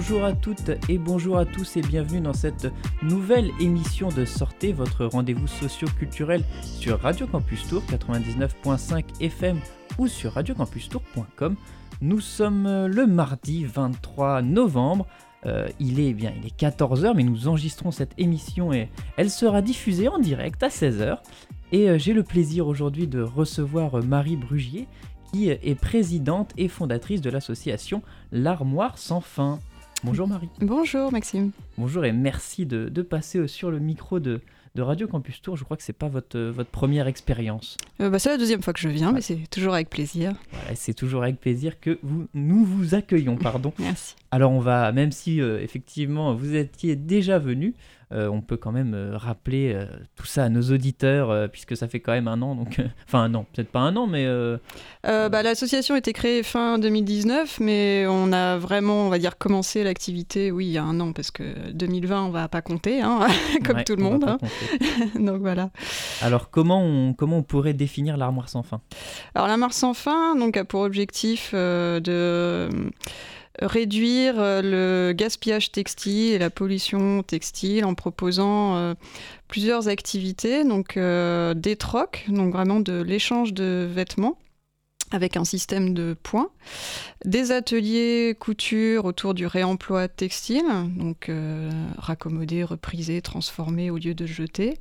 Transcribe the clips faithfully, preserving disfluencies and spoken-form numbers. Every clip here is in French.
Bonjour à toutes et bonjour à tous et bienvenue dans cette nouvelle émission de Sortez, votre rendez-vous socio-culturel sur Radio Campus Tours quatre-vingt-dix-neuf virgule cinq F M ou sur radio campus tours point com. Nous sommes le mardi vingt-trois novembre. Euh, il est bien, il est quatorze heures, mais nous enregistrons cette émission et elle sera diffusée en direct à seize heures. Et euh, j'ai le plaisir aujourd'hui de recevoir euh, Marie Brugier, qui est présidente et fondatrice de l'association L'Armoire sans fin. Bonjour Marie. Bonjour Maxime. Bonjour et merci de, de passer sur le micro de, de Radio Campus Tours. Je crois que c'est pas votre, votre première expérience. Euh, bah, c'est la deuxième fois que je viens, ouais. Mais c'est toujours avec plaisir. Voilà, c'est toujours avec plaisir que vous, nous vous accueillons. Pardon. Merci. Alors on va, même si euh, effectivement vous étiez déjà venu, Euh, on peut quand même euh, rappeler euh, tout ça à nos auditeurs, euh, puisque ça fait quand même un an, donc... Enfin, un an, peut-être pas un an, mais... Euh... Euh, bah, l'association a été créée fin deux mille dix-neuf, mais on a vraiment, on va dire, commencé l'activité, oui, il y a un an, parce que deux mille vingt, on va pas compter, hein, comme ouais, tout le monde. Hein. Donc voilà. Alors, comment on, comment on pourrait définir l'Armoire sans fin ? Alors, l'Armoire sans fin donc, a pour objectif euh, de... réduire le gaspillage textile et la pollution textile en proposant euh, plusieurs activités, donc euh, des trocs, donc vraiment de l'échange de vêtements avec un système de points, des ateliers couture autour du réemploi textile, donc euh, raccommoder, repriser, transformer au lieu de jeter.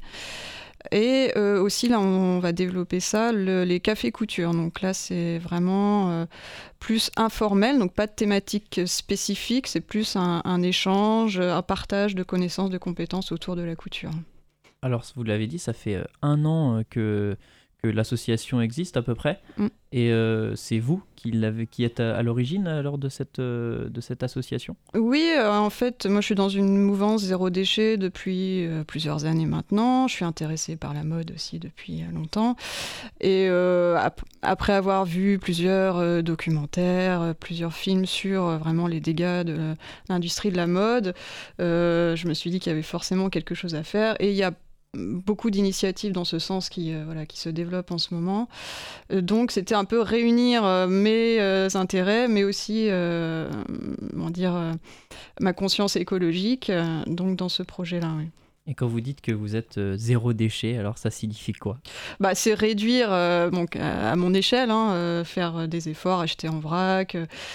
Et euh, aussi, là, on va développer ça, le, les cafés couture. Donc là, c'est vraiment euh, plus informel, donc pas de thématique spécifique, c'est plus un, un échange, un partage de connaissances, de compétences autour de la couture. Alors, vous l'avez dit, ça fait un an que, que l'association existe à peu près. Mm. Et euh, c'est vous qui, l'avez, qui êtes à, à l'origine alors de cette, euh, de cette association ? Oui, euh, en fait, moi je suis dans une mouvance zéro déchet depuis euh, plusieurs années maintenant. Je suis intéressée par la mode aussi depuis euh, longtemps. Et euh, ap- après avoir vu plusieurs euh, documentaires, euh, plusieurs films sur euh, vraiment les dégâts de euh, l'industrie de la mode, euh, je me suis dit qu'il y avait forcément quelque chose à faire. Et il y a beaucoup d'initiatives dans ce sens qui, euh, voilà, qui se développent en ce moment. Euh, donc c'était un peu réunir euh, mes euh, intérêts, mais aussi euh, comment dire, euh, ma conscience écologique euh, donc dans ce projet-là. Oui. Et quand vous dites que vous êtes euh, zéro déchet, alors ça signifie quoi ? Bah, c'est réduire euh, donc, à, à mon échelle, hein, euh, faire des efforts, acheter en vrac,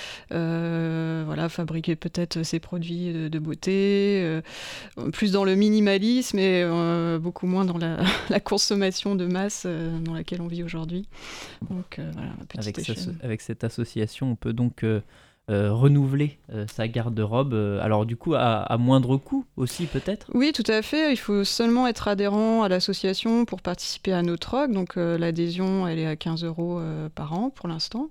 euh, voilà, fabriquer peut-être ses produits de, de beauté, euh, plus dans le minimalisme et euh, beaucoup moins dans la, la consommation de masse euh, dans laquelle on vit aujourd'hui. Donc, euh, voilà, ma petite avec, échelle. ce, avec cette association, on peut donc... Euh... Euh, renouveler euh, sa garde-robe, euh, alors du coup à, à moindre coût aussi peut-être ? Oui, tout à fait, il faut seulement être adhérent à l'association pour participer à nos trocs, donc euh, l'adhésion elle est à quinze euros euh, par an pour l'instant,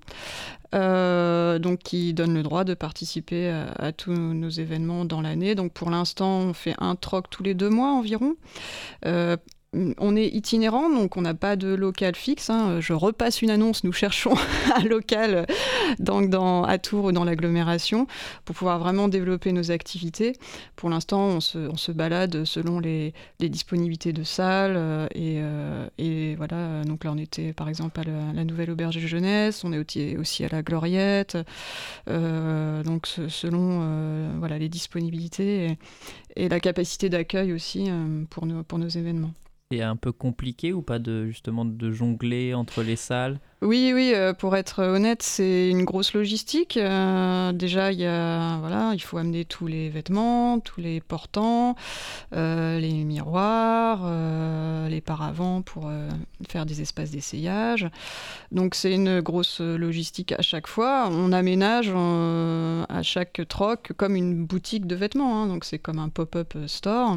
euh, donc qui donne le droit de participer à, à tous nos événements dans l'année. Donc pour l'instant on fait un troc tous les deux mois environ. Euh, On est itinérant, donc on n'a pas de local fixe. Hein. Je repasse une annonce, nous cherchons un local donc dans, à Tours ou dans l'agglomération pour pouvoir vraiment développer nos activités. Pour l'instant, on se, on se balade selon les, les disponibilités de salles. Euh, et, euh, et voilà, donc là on était par exemple à la, la Nouvelle Auberge de Jeunesse, on est aussi, aussi à la Gloriette. Euh, donc ce, selon euh, voilà, les disponibilités et, et la capacité d'accueil aussi euh, pour, nos, pour nos événements. C'est un peu compliqué ou pas de, justement de jongler entre les salles ? Oui, oui, euh, pour être honnête, c'est une grosse logistique. Euh, déjà, il y a, voilà, il faut amener tous les vêtements, tous les portants, euh, les miroirs, euh, les paravents pour euh, faire des espaces d'essayage. Donc, c'est une grosse logistique à chaque fois. On aménage euh, à chaque troc comme une boutique de vêtements. Hein, donc, c'est comme un pop-up store.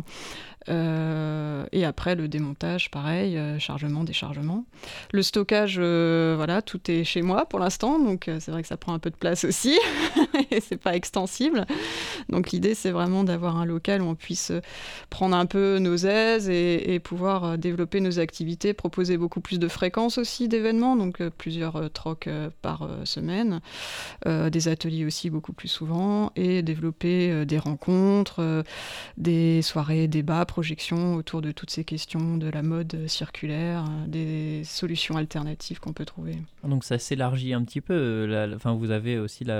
Euh, et après le démontage, pareil, euh, chargement, déchargement. Le stockage, euh, voilà, tout est chez moi pour l'instant, donc euh, c'est vrai que ça prend un peu de place aussi, et c'est pas extensible. Donc l'idée, c'est vraiment d'avoir un local où on puisse prendre un peu nos aises et, et pouvoir développer nos activités, proposer beaucoup plus de fréquences aussi d'événements, donc euh, plusieurs euh, trocs euh, par euh, semaine, euh, des ateliers aussi beaucoup plus souvent, et développer euh, des rencontres, euh, des soirées, débats, projections autour de toutes ces questions de la mode circulaire, des solutions alternatives qu'on peut trouver. Donc ça s'élargit un petit peu. La, la, enfin, vous avez aussi la,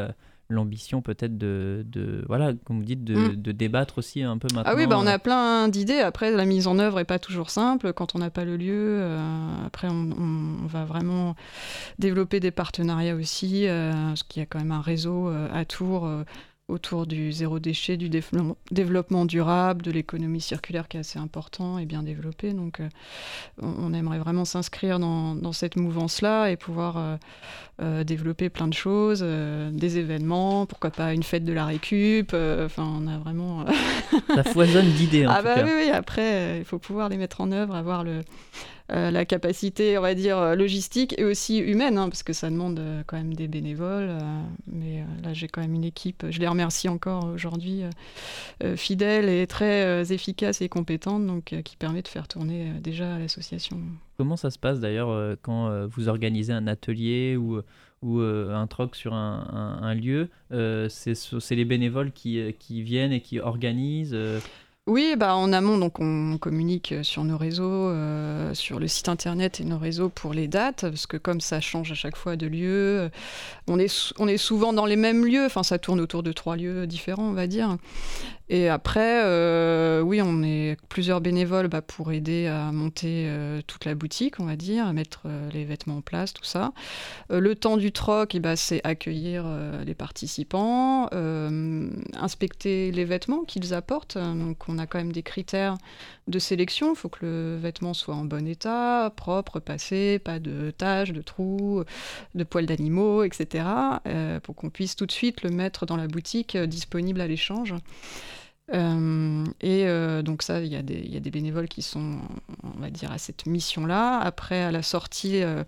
l'ambition peut-être de, de, voilà, comme vous dites, de, Mm. de débattre aussi un peu maintenant. Ah oui, bah on euh, a plein d'idées. Après, la mise en œuvre est pas toujours simple quand on n'a pas le lieu. Euh, après, on, on- on va vraiment développer des partenariats aussi, euh, parce qu'il y a quand même un réseau euh, à Tours euh, autour du zéro déchet, du développement, développement durable, de l'économie circulaire qui est assez important et bien développé. Donc, euh, on, on aimerait vraiment s'inscrire dans, dans cette mouvance-là et pouvoir euh, euh, développer plein de choses, euh, des événements, pourquoi pas une fête de la récup. euh, Enfin, on a vraiment... euh, Ça foisonne d'idées en Ah tout bah cas. oui, oui, après, euh, il faut pouvoir les mettre en œuvre, avoir le, euh, la capacité, on va dire, euh, logistique et aussi humaine, hein, parce que ça demande euh, quand même des bénévoles. euh, mais euh, là, j'ai quand même une équipe, je les remercie encore aujourd'hui, euh, euh, fidèle et très euh, efficace et compétente, donc euh, qui permet de faire tourner euh, déjà l'association. Comment ça se passe d'ailleurs euh, quand euh, vous organisez un atelier ou, ou euh, un troc sur un, un- un lieu euh, c'est, c'est les bénévoles qui, euh, qui viennent et qui organisent euh, Oui, bah en amont, donc on communique sur nos réseaux, euh, sur le site internet et nos réseaux pour les dates, parce que comme ça change à chaque fois de lieu, euh, on est, sou- on est souvent dans les mêmes lieux, enfin ça tourne autour de trois lieux différents, on va dire. Et après, euh, oui, on est plusieurs bénévoles bah, pour aider à monter euh, toute la boutique, on va dire, à mettre euh, les vêtements en place, tout ça. Euh, le temps du troc, eh ben, c'est accueillir euh, les participants, euh, inspecter les vêtements qu'ils apportent. Donc, on a quand même des critères de sélection. Il faut que le vêtement soit en bon état, propre, passé, pas de taches, de trous, de poils d'animaux, et cetera. euh, pour qu'on puisse tout de suite le mettre dans la boutique euh, disponible à l'échange. Euh, et euh, donc ça, il y, a des- il y a des bénévoles qui sont, on va dire, à cette mission-là. Après, à la sortie, euh,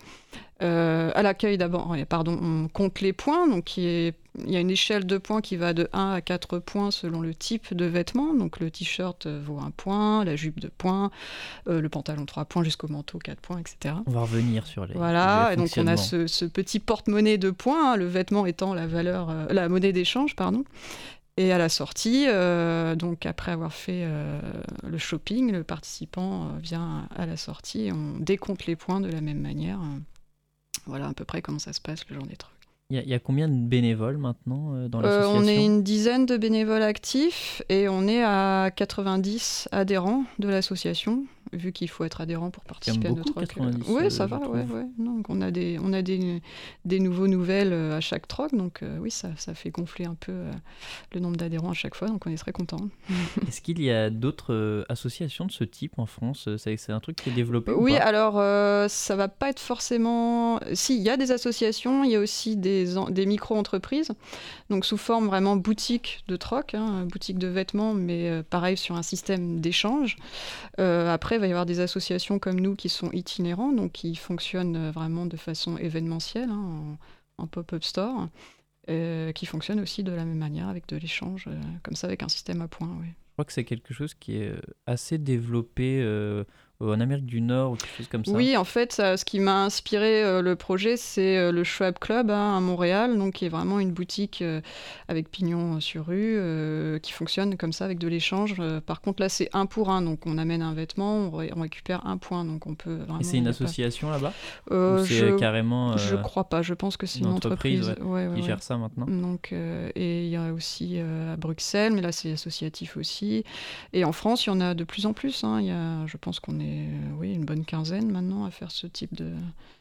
euh, à l'accueil d'abord, ouais, pardon, on compte les points. Donc qui est- il y a une échelle de points qui va de un à quatre points selon le type de vêtement. Donc le t-shirt euh, vaut un point, la jupe deux points, euh, le pantalon trois points jusqu'au manteau quatre points, et cetera. on va revenir sur les, Voilà, le et donc on a fonctionnement. ce, ce petit porte-monnaie de points, hein, le vêtement étant la valeur, euh, la monnaie d'échange, pardon. Et à la sortie, euh, donc après avoir fait euh, le shopping, le participant euh, vient à la sortie et on décompte les points de la même manière. Euh, Voilà à peu près comment ça se passe le jour des trucs. Il y, a- il y a combien de bénévoles maintenant euh, dans Euh, l'association on est une dizaine de bénévoles actifs et on est à quatre-vingt-dix adhérents de l'association, vu qu'il faut être adhérent pour participer à beaucoup, notre troc. quatre-vingt-dix, Oui, euh, ça je va, ouais, trouve. ouais. Donc on a des, on a des, des nouveaux nouvelles euh, à chaque troc, donc euh, oui, ça, ça fait gonfler un peu euh, le nombre d'adhérents à chaque fois, donc on est très contents. Est-ce qu'il y a d'autres euh, associations de ce type en France? C'est, c'est un truc qui est développé ou Oui, pas? alors euh, ça va pas être forcément. Si, il y a des associations, il y a aussi des, en- des micro-entreprises, donc sous forme vraiment boutique de troc, hein, boutique de vêtements, mais euh, pareil sur un système d'échange. Euh, après, il va y avoir des associations comme nous qui sont itinérants, donc qui fonctionnent euh, vraiment de façon événementielle, hein, en, en pop-up store, euh, qui fonctionnent aussi de la même manière avec de l'échange, euh, comme ça avec un système à points. Oui. Je crois que c'est quelque chose qui est euh, assez développé euh, en Amérique du Nord ou quelque chose comme ça. Oui, en fait, ça- ce qui m'a inspiré euh, le projet, c'est euh, le Schwab Club hein, à Montréal, donc qui est vraiment une boutique euh, avec pignon sur rue, euh, qui fonctionne comme ça avec de l'échange. Euh, par contre, là, c'est un pour un, donc on amène un vêtement, on, ré- on récupère un point, donc on peut vraiment. Et c'est il une y a pas- association là-bas? Euh, Ou c'est je carrément je euh, crois pas. Je pense que c'est une une entreprise entreprise. ouais, Ouais, ouais, qui ouais. gère ça maintenant? Donc, euh, et il y a aussi euh, à Bruxelles, mais là c'est associatif aussi. Et en France, il y en a de plus en plus. hein. Il y a, je pense qu'on est, euh, oui, une bonne quinzaine maintenant à faire ce type de,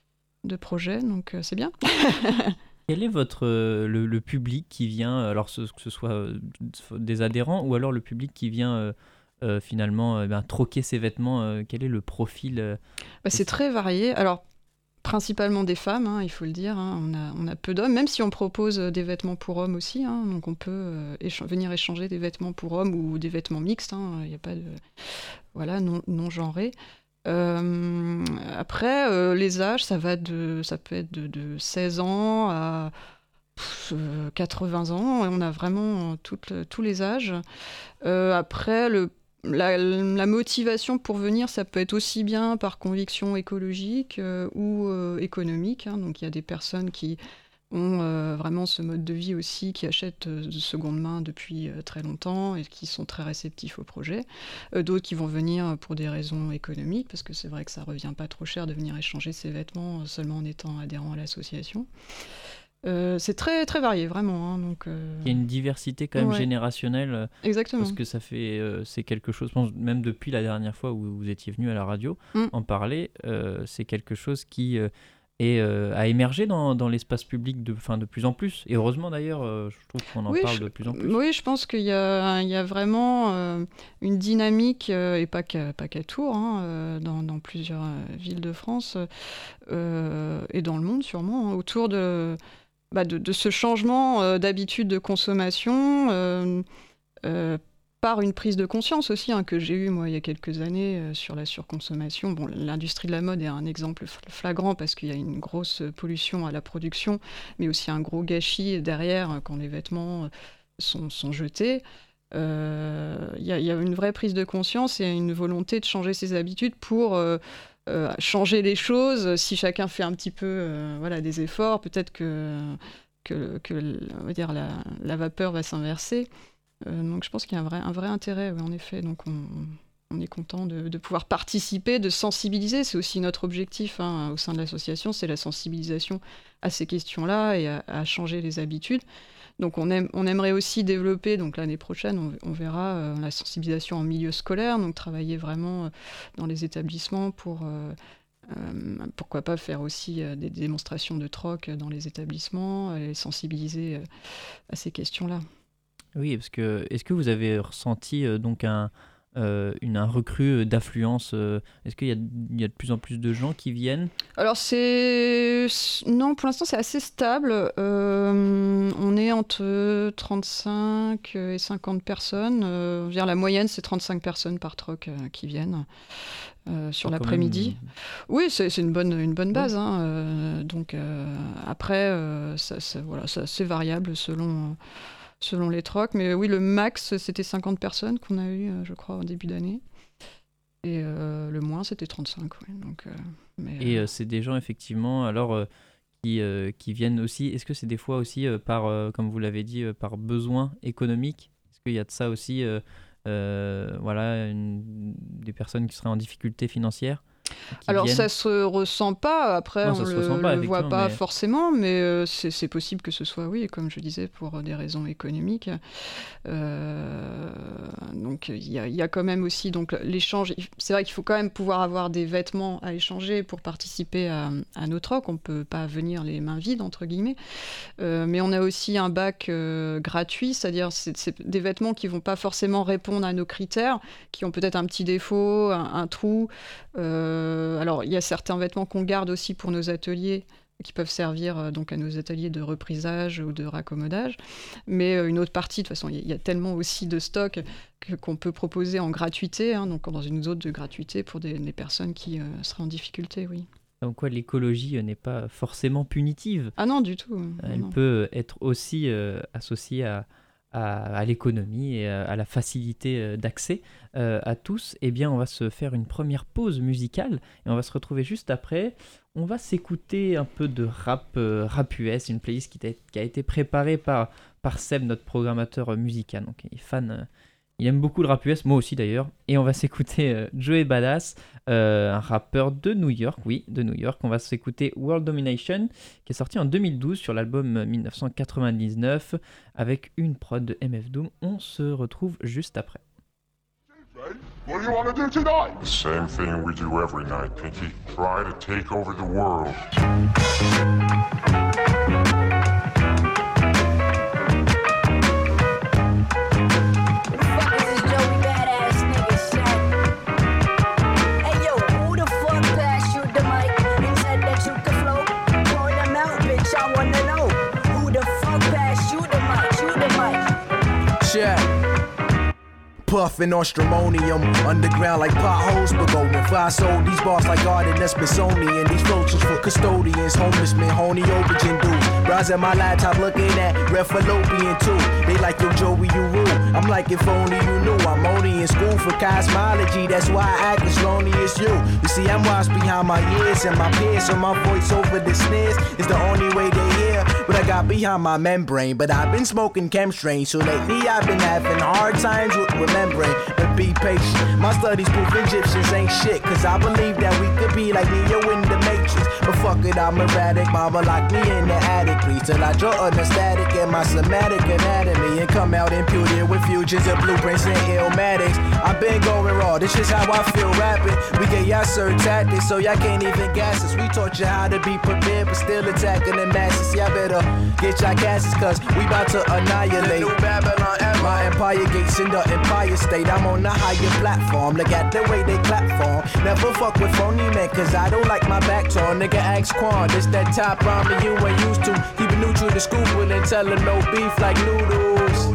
de projet. Donc euh, c'est bien. Quel est votre euh, le, le public qui vient, alors ce- que ce soit euh, des adhérents ou alors le public qui vient euh, euh, finalement euh, ben, troquer ses vêtements, euh, quel est le profil euh, Bah, c'est très varié. Alors principalement des femmes, hein, il faut le dire. hein. On a, on a peu d'hommes, même si on propose euh, des vêtements pour hommes aussi. hein. Donc on peut euh, écha- venir échanger des vêtements pour hommes ou des vêtements mixtes. hein. Il n'y a pas de voilà non, non genré. Euh, après, euh, les âges, ça va de, ça peut être de, de seize ans à pff, euh, quatre-vingts ans. Et on a vraiment euh, toutes le- tous les âges. Euh, après, le, la, la motivation pour venir, ça peut être aussi bien par conviction écologique euh, ou euh, économique. hein. Donc, il y a des personnes qui ont euh, vraiment ce mode de vie aussi, qui achètent euh, de seconde main depuis euh, très longtemps et qui sont très réceptifs au projet. Euh, D'autres qui vont venir pour des raisons économiques, parce que c'est vrai que ça revient pas trop cher de venir échanger ses vêtements euh, seulement en étant adhérent à l'association. Euh, c'est très, très varié, vraiment. Hein, donc, euh... Il y a une diversité quand même ouais. générationnelle. Exactement. Parce que ça fait, euh, c'est quelque chose, je pense, même depuis la dernière fois où vous étiez venu à la radio mm. en parler, euh, c'est quelque chose qui euh, est, euh, a émergé dans, dans l'espace public de, fin, de plus en plus. Et heureusement d'ailleurs, euh, je trouve qu'on en oui, parle je, de plus en plus. Oui, je pense qu'il y a, il y a vraiment euh, une dynamique, euh, et pas qu'à, pas qu'à Tours, hein, euh, dans, dans plusieurs euh, villes de France, euh, et dans le monde sûrement, hein, autour de... Bah de, de ce changement euh, d'habitude de consommation euh, euh, par une prise de conscience aussi hein, que j'ai eue moi il y a quelques années euh, sur la surconsommation. Bon, l'industrie de la mode est un exemple flagrant parce qu'il y a une grosse pollution à la production, mais aussi un gros gâchis derrière quand les vêtements sont, sont jetés. Il euh, y, y a une vraie prise de conscience et une volonté de changer ses habitudes pour euh, euh, changer les choses. Si chacun fait un petit peu euh, voilà, des efforts, peut-être que, que, que on va dire, la, la vapeur va s'inverser. Euh, donc je pense qu'il y a un vrai, un vrai intérêt, oui, en effet. Donc on, on est content de, de pouvoir participer, de sensibiliser. C'est aussi notre objectif hein, au sein de l'association, c'est la sensibilisation à ces questions-là et à, à changer les habitudes. Donc on, aime, on aimerait aussi développer, donc l'année prochaine, on, on verra euh, la sensibilisation en milieu scolaire, donc travailler vraiment euh, dans les établissements pour, euh, euh, pourquoi pas faire aussi euh, des démonstrations de troc dans les établissements, et sensibiliser euh, à ces questions-là. Oui, parce que est-ce que vous avez ressenti euh, donc un... Euh, une, un recrue d'affluence euh, est-ce qu'il y a, il y a de plus en plus de gens qui viennent ? Alors c'est... Non, pour l'instant c'est assez stable. Euh, on est entre trente-cinq et cinquante personnes. Euh, je veux dire, la moyenne c'est trente-cinq personnes par troc euh, qui viennent euh, sur ah, l'après-midi. Même... Oui, c'est, c'est une, bonne, une bonne base. Ouais. Hein. Euh, donc euh, après, euh, ça, ça, voilà, ça, c'est variable selon... Euh, selon les trocs, mais oui, le max, c'était cinquante personnes qu'on a eu, je crois, au début d'année. Et euh, le moins, c'était trente-cinq. Ouais, donc, euh, mais, et euh... euh, c'est des gens, effectivement, alors, euh, qui, euh, qui viennent aussi... Est-ce que c'est des fois aussi, euh, par, euh, comme vous l'avez dit, euh, par besoin économique ? Est-ce qu'il y a de ça aussi, euh, euh, voilà, une, des personnes qui seraient en difficulté financière ? Alors viennent. Ça se ressent pas, après non, on le, le, pas, le voit pas mais... forcément, mais euh, c'est, c'est possible que ce soit, oui, comme je disais, pour des raisons économiques. Euh, donc il y, y a quand même aussi donc, l'échange, c'est vrai qu'il faut quand même pouvoir avoir des vêtements à échanger pour participer à, à nos trocs, on peut pas venir les mains vides, entre guillemets, euh, mais on a aussi un bac euh, gratuit, c'est-à-dire c'est, c'est des vêtements qui vont pas forcément répondre à nos critères, qui ont peut-être un petit défaut, un, un trou, euh, Euh, alors, il y a certains vêtements qu'on garde aussi pour nos ateliers, qui peuvent servir euh, donc à nos ateliers de reprisage ou de raccommodage. Mais euh, une autre partie, de toute façon, il y, y a tellement aussi de stock que, qu'on peut proposer en gratuité, hein, donc dans une zone de gratuité pour des, des personnes qui euh, seraient en difficulté, oui. Donc quoi, l'écologie euh, n'est pas forcément punitive. Ah non, du tout. Elle non. peut être aussi euh, associée à... À, à l'économie et à, à la facilité d'accès euh, à tous. Eh bien, on va se faire une première pause musicale et on va se retrouver juste après. On va s'écouter un peu de rap, euh, rap U S, une playlist qui, qui a été préparée par, par Seb, notre programmateur musical. Donc, il est fan, euh, il aime beaucoup le rap U S, moi aussi d'ailleurs. Et on va s'écouter euh, Joey Badass, euh, un rappeur de New York, oui, de New York. On va s'écouter World Domination, qui est sorti en deux mille douze sur l'album dix-neuf cent quatre-vingt-dix-neuf, avec une prod de M F Doom. On se retrouve juste après. What do you want to do tonight? The same thing we do every night, Pinky. Try to take over the world. Puffin' on stramonium, underground like potholes, but going fly sold these bars like Arden Smithsonian. These floaters for custodians, homeless men, honey aubergine dudes. Rise at my laptop looking at red fallopian too. They like, yo, Joey, you rule. I'm like, if only you knew. I'm only in school for cosmology, that's why I act as lonely as you. You see, I'm washed behind my ears and my peers, so my voice over the snares is the only way they hear what I got behind my membrane. But I've been smoking chemstrain, so lately I've been having hard times with remembering. bring. But be patient. My studies prove Egyptians ain't shit. Cause I believe that we could be like Neo in the Matrix. But fuck it, I'm erratic. Mama locked me in the attic. Please till I draw on the static in my somatic anatomy. And come out imputed with fusions and blueprints and illmatics. I've been going raw, this is how I feel rapping. We get y'all certain tactics, so y'all can't even gas us. We taught you how to be prepared, but still attacking the masses. Y'all better get y'all gases, cause we about to annihilate. New Babylon ever. My empire gates in the empire state. I'm on the higher platform. Look at the way they clap for. Never fuck with phony men, cause I don't like my back torn. Nigga ask Quan, this that top rhyme you ain't used to. Keep it neutral to school and tell her no beef like noodles.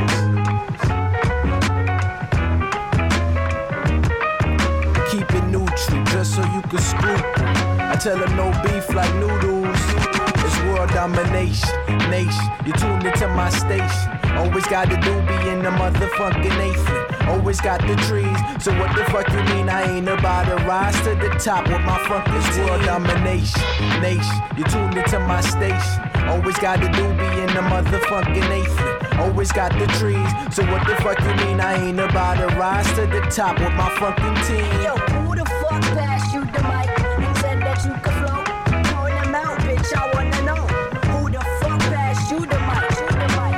Keep it neutral, just so you can scoop. I tell her no beef like noodles. It's world domination, nation. You tuned into my station. Always got the doobie in the motherfucking Nathan. Always got the trees. So what the fuck you mean I ain't about to rise to the top with my fucking team? World domination, nation. You tuned into my station. Always got the doobie in the motherfucking Nathan. Always got the trees. So what the fuck you mean I ain't about to rise to the top with my fucking team? Yo, who the fuck passed you the mic and said that you could flow? Point them out, bitch, I wanna know. Who the fuck passed you the mic? Shoot the mic.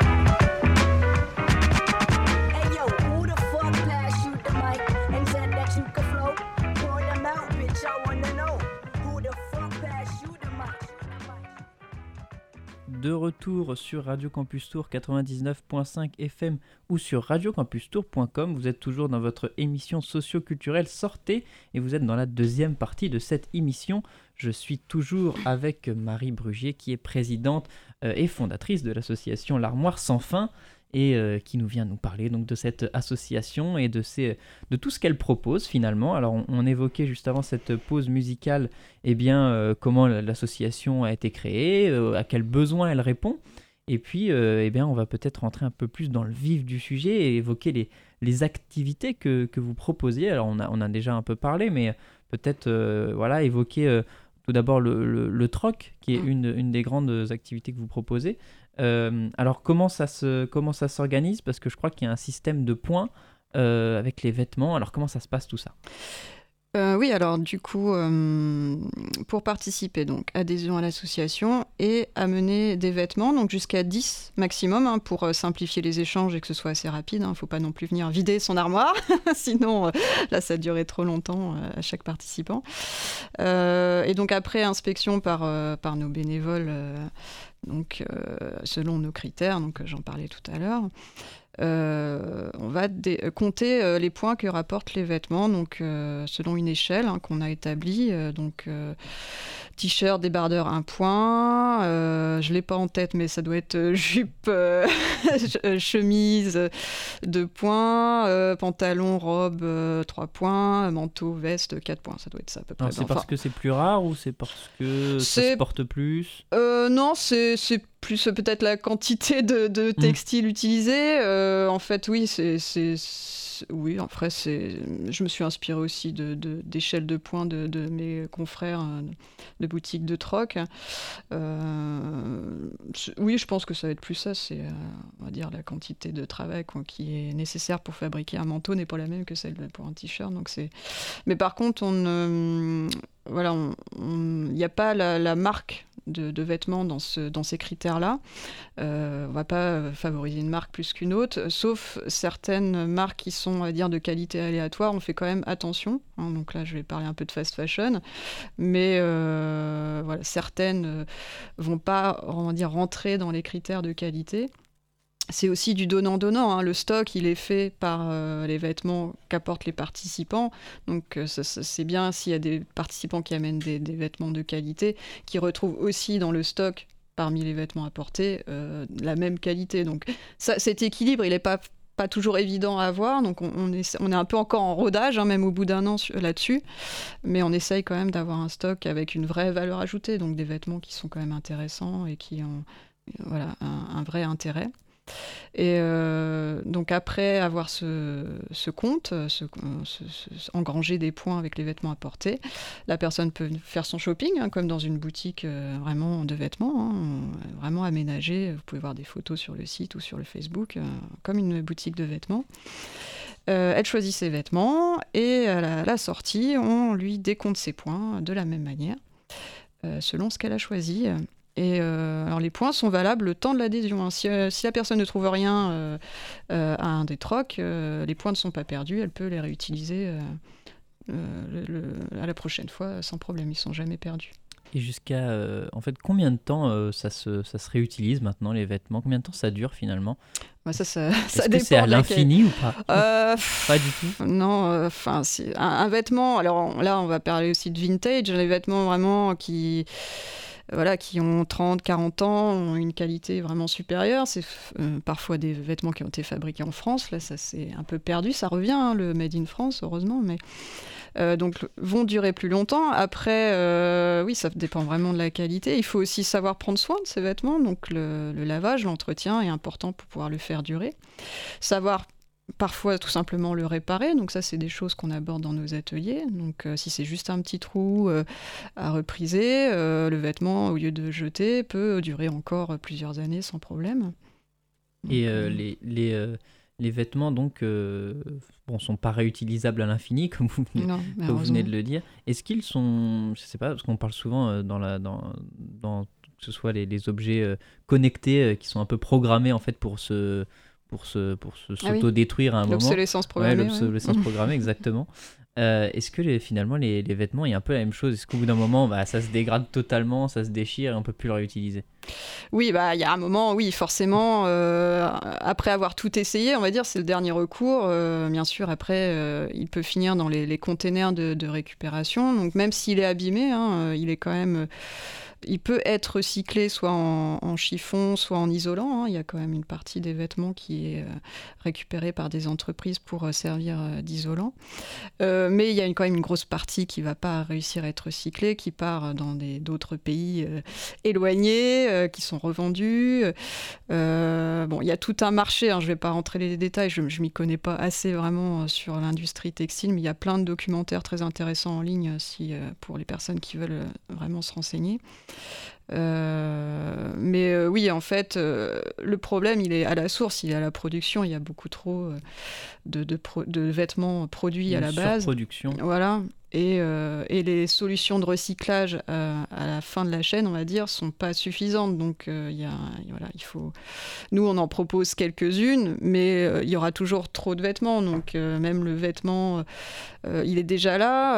Hey yo, who the fuck passed you the mic and said that you could flow? Point them out, bitch, I wanna know. Who the fuck passed you the mic? Shoot the mic. De retour sur Radio Campus Tour quatre-vingt-dix-neuf point cinq F M ou sur radio campus tour point com. Vous êtes toujours dans votre émission socio-culturelle Sortez et vous êtes dans la deuxième partie de cette émission. Je suis toujours avec Marie Brugier qui est présidente euh, et fondatrice de l'association L'Armoire Sans Fin et euh, qui nous vient nous parler donc de cette association et de, ces, de tout ce qu'elle propose finalement. Alors on, on évoquait juste avant cette pause musicale eh bien, euh, comment l'association a été créée, euh, à quels besoins elle répond. Et puis euh, eh bien, on va peut-être rentrer un peu plus dans le vif du sujet et évoquer les, les activités que, que vous proposez. Alors on a, on a déjà un peu parlé, mais peut-être euh, voilà, évoquer euh, tout d'abord le, le, le troc, qui est une, une des grandes activités que vous proposez. Euh, alors comment ça, se, comment ça s'organise? Parce que je crois qu'il y a un système de points euh, avec les vêtements. Alors comment ça se passe tout ça? Euh, oui, alors du coup, euh, pour participer, donc adhésion à l'association et amener des vêtements, donc jusqu'à dix maximum, hein, pour euh, simplifier les échanges et que ce soit assez rapide. Il hein, ne faut pas non plus venir vider son armoire, sinon euh, là ça durerait trop longtemps euh, à chaque participant. Euh, et donc après inspection par, euh, par nos bénévoles, euh, donc, euh, selon nos critères, donc j'en parlais tout à l'heure. Euh, on va dé- compter euh, les points que rapportent les vêtements, donc euh, selon une échelle hein, qu'on a établie. Euh, donc euh, t-shirt, débardeur, un point. Euh, je l'ai pas en tête, mais ça doit être euh, jupe, euh, chemise, deux points. Euh, pantalon, robe, euh, trois points. Manteau, veste, quatre points. Ça doit être ça à peu près. Alors, c'est enfin, parce que c'est plus rare ou c'est parce que c'est... ça se porte plus? euh, Non, c'est, c'est plus peut-être la quantité de, de textiles mmh. utilisés. Euh, en fait, oui, c'est, c'est, c'est, oui, après, c'est, je me suis inspirée aussi de, de, d'échelles de points de, de mes confrères de boutiques de troc. Euh, oui, je pense que ça va être plus ça. C'est, on va dire, la quantité de travail quoi, qui est nécessaire pour fabriquer un manteau n'est pas la même que celle pour un t-shirt. Donc c'est... Mais par contre, on ne... Voilà, il n'y a pas la, la marque de, de vêtements dans, ce, dans ces critères-là. Euh, on ne va pas favoriser une marque plus qu'une autre, sauf certaines marques qui sont, on va dire, de qualité aléatoire. On fait quand même attention. Hein, donc là, je vais parler un peu de fast fashion. Mais euh, voilà, certaines ne vont pas, on va dire, rentrer dans les critères de qualité. C'est aussi du donnant-donnant. Hein. Le stock, il est fait par euh, les vêtements qu'apportent les participants. Donc, euh, ça, ça, c'est bien s'il y a des participants qui amènent des, des vêtements de qualité, qui retrouvent aussi dans le stock, parmi les vêtements apportés, euh, la même qualité. Donc, ça, cet équilibre, il n'est pas, pas toujours évident à avoir. Donc, on, on, est, on est un peu encore en rodage, hein, même au bout d'un an là-dessus. Mais on essaye quand même d'avoir un stock avec une vraie valeur ajoutée. Donc, des vêtements qui sont quand même intéressants et qui ont voilà, un, un vrai intérêt. Et euh, donc après avoir ce, ce compte, ce, ce, ce, engranger des points avec les vêtements à porter, la personne peut faire son shopping, hein, comme dans une boutique euh, vraiment de vêtements, hein, vraiment aménagée. Vous pouvez voir des photos sur le site ou sur le Facebook, euh, comme une boutique de vêtements. Euh, elle choisit ses vêtements et à la, à la sortie, on lui décompte ses points de la même manière, euh, selon ce qu'elle a choisi. Et euh, alors les points sont valables le temps de l'adhésion. Hein. Si, euh, si la personne ne trouve rien euh, euh, à un des trocs, euh, les points ne sont pas perdus, elle peut les réutiliser euh, euh, le, le, à la prochaine fois sans problème, ils ne sont jamais perdus. Et jusqu'à, euh, en fait, combien de temps euh, ça, se, ça se réutilise maintenant, les vêtements? Combien de temps ça dure finalement? Bah ça, ça, ça Est-ce dépend. que c'est à l'infini ou pas? euh, Pas du tout. Non, enfin, euh, un, un vêtement. Alors là, on va parler aussi de vintage, les vêtements vraiment qui, voilà, qui ont trente, quarante ans, ont une qualité vraiment supérieure. C'est euh, parfois des vêtements qui ont été fabriqués en France. Là, ça c'est un peu perdu. Ça revient, hein, le Made in France, heureusement, mais. Euh, donc vont durer plus longtemps. Après, euh, oui, ça dépend vraiment de la qualité. Il faut aussi savoir prendre soin de ces vêtements. Donc le, le lavage, l'entretien est important pour pouvoir le faire durer. Savoir parfois tout simplement le réparer. Donc ça, c'est des choses qu'on aborde dans nos ateliers. Donc euh, si c'est juste un petit trou euh, à repriser, euh, le vêtement, au lieu de jeter, peut durer encore plusieurs années sans problème. Donc, Et euh, les... les euh... Les vêtements, donc, euh, bon, sont pas réutilisables à l'infini, comme vous venez, non, comme vous venez de le dire. Est-ce qu'ils sont, je sais pas, parce qu'on parle souvent euh, dans la, dans, dans, que ce soit les, les objets euh, connectés euh, qui sont un peu programmés en fait pour se, pour se, pour se ah s'auto-détruire oui. à un moment. L'obsolescence programmée. Ouais, l'obsolescence ouais. programmée, exactement. Euh, est-ce que les, finalement les, les vêtements, il y a un peu la même chose? Est-ce qu'au bout d'un moment, bah, ça se dégrade totalement, ça se déchire et on peut plus le réutiliser? Oui, bah il y a un moment, oui, forcément. Euh, après avoir tout essayé, on va dire, c'est le dernier recours. Euh, bien sûr, après, euh, il peut finir dans les, les containers de, de récupération. Donc même s'il est abîmé, hein, il est quand même. Il peut être recyclé soit en, en chiffon, soit en isolant. Hein. Il y a quand même une partie des vêtements qui est euh, récupérée par des entreprises pour euh, servir euh, d'isolant. Euh, mais il y a une, quand même une grosse partie qui ne va pas réussir à être recyclée, qui part dans des, d'autres pays euh, éloignés, euh, qui sont revendus. Euh, bon, il y a tout un marché, hein, je ne vais pas rentrer les détails, je ne m'y connais pas assez vraiment sur l'industrie textile, mais il y a plein de documentaires très intéressants en ligne si, euh, pour les personnes qui veulent vraiment se renseigner. Euh, mais euh, oui, en fait, euh, le problème, il est à la source, il est à la production. Il y a beaucoup trop euh, de, de, pro- de vêtements produits Une à la base. surproduction. Voilà. Et, euh, et les solutions de recyclage euh, à la fin de la chaîne, on va dire, sont pas suffisantes. Donc, euh, y a, voilà, il faut. Nous, on en propose quelques-unes, mais euh, il y aura toujours trop de vêtements. Donc, euh, même le vêtement, euh, il est déjà là.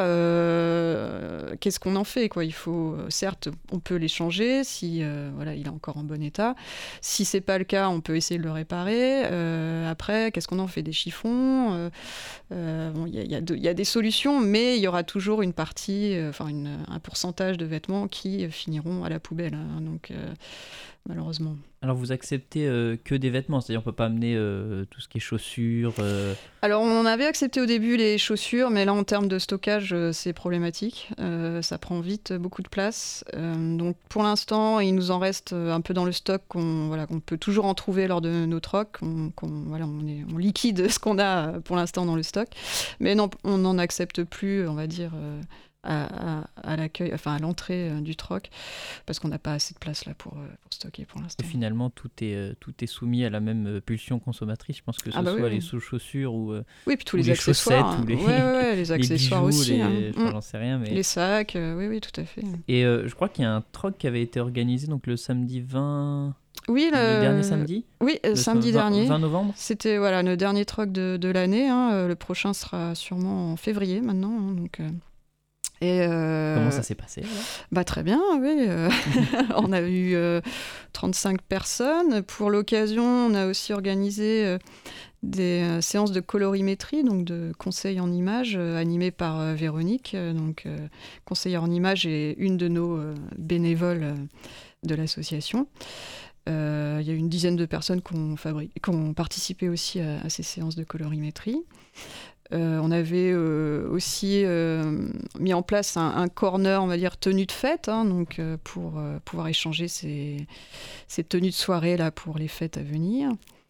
Euh, qu'est-ce qu'on en fait, quoi? Il faut, certes, on peut les changer si, euh, voilà, il est encore en bon état. Si c'est pas le cas, on peut essayer de le réparer. Euh, après, qu'est-ce qu'on en fait? Des chiffons. Euh, euh, bon, il y, y, y a des solutions, mais il y aura toujours une partie, enfin euh, un pourcentage de vêtements qui euh, finiront à la poubelle, hein, donc euh, malheureusement. Alors vous acceptez euh, que des vêtements, c'est-à-dire on peut pas amener euh, tout ce qui est chaussures euh... Alors on avait accepté au début les chaussures, mais là en termes de stockage euh, c'est problématique, euh, ça prend vite beaucoup de place. Euh, donc pour l'instant il nous en reste un peu dans le stock qu'on voilà, qu'on peut toujours en trouver lors de nos trocs, qu'on, qu'on, voilà, on, est, on liquide ce qu'on a pour l'instant dans le stock, mais non, on n'en accepte plus, on va dire... Euh, À, à, à l'accueil, enfin à l'entrée euh, du troc, parce qu'on n'a pas assez de place là pour, euh, pour stocker pour l'instant. Et finalement, tout est, euh, tout est soumis à la même euh, pulsion consommatrice. Je pense que ce ah bah soit oui, les oui. sous-chaussures ou, euh, oui, puis tous ou les, les accessoires, chaussettes, hein. ou les, ouais, ouais, ouais, les accessoires les bijoux, aussi. les... Hein. Enfin, Mm. j'en sais rien, mais... Les sacs, euh, oui, oui, tout à fait. Et euh, je crois qu'il y a un troc qui avait été organisé donc le samedi vingt... Oui, le, le dernier samedi Oui, le samedi vingt, dernier. vingt novembre. C'était voilà, le dernier troc de, de l'année. Hein. Le prochain sera sûrement en février maintenant. Hein, donc, euh... Et euh... Comment ça s'est passé alors? Bah très bien, oui. Euh, on a eu euh, trente-cinq personnes. Pour l'occasion, on a aussi organisé euh, des euh, séances de colorimétrie, donc de conseils en images, euh, animées par euh, Véronique, euh, donc euh, conseillère en images et une de nos euh, bénévoles euh, de l'association. Il euh, y a une dizaine de personnes qui ont, fabri- qui ont participé aussi à, à ces séances de colorimétrie. Euh, on avait euh, aussi euh, mis en place un, un corner, on va dire, tenue de fête, hein, donc, euh, pour euh, pouvoir échanger ces, ces tenues de soirée là, pour les fêtes à venir.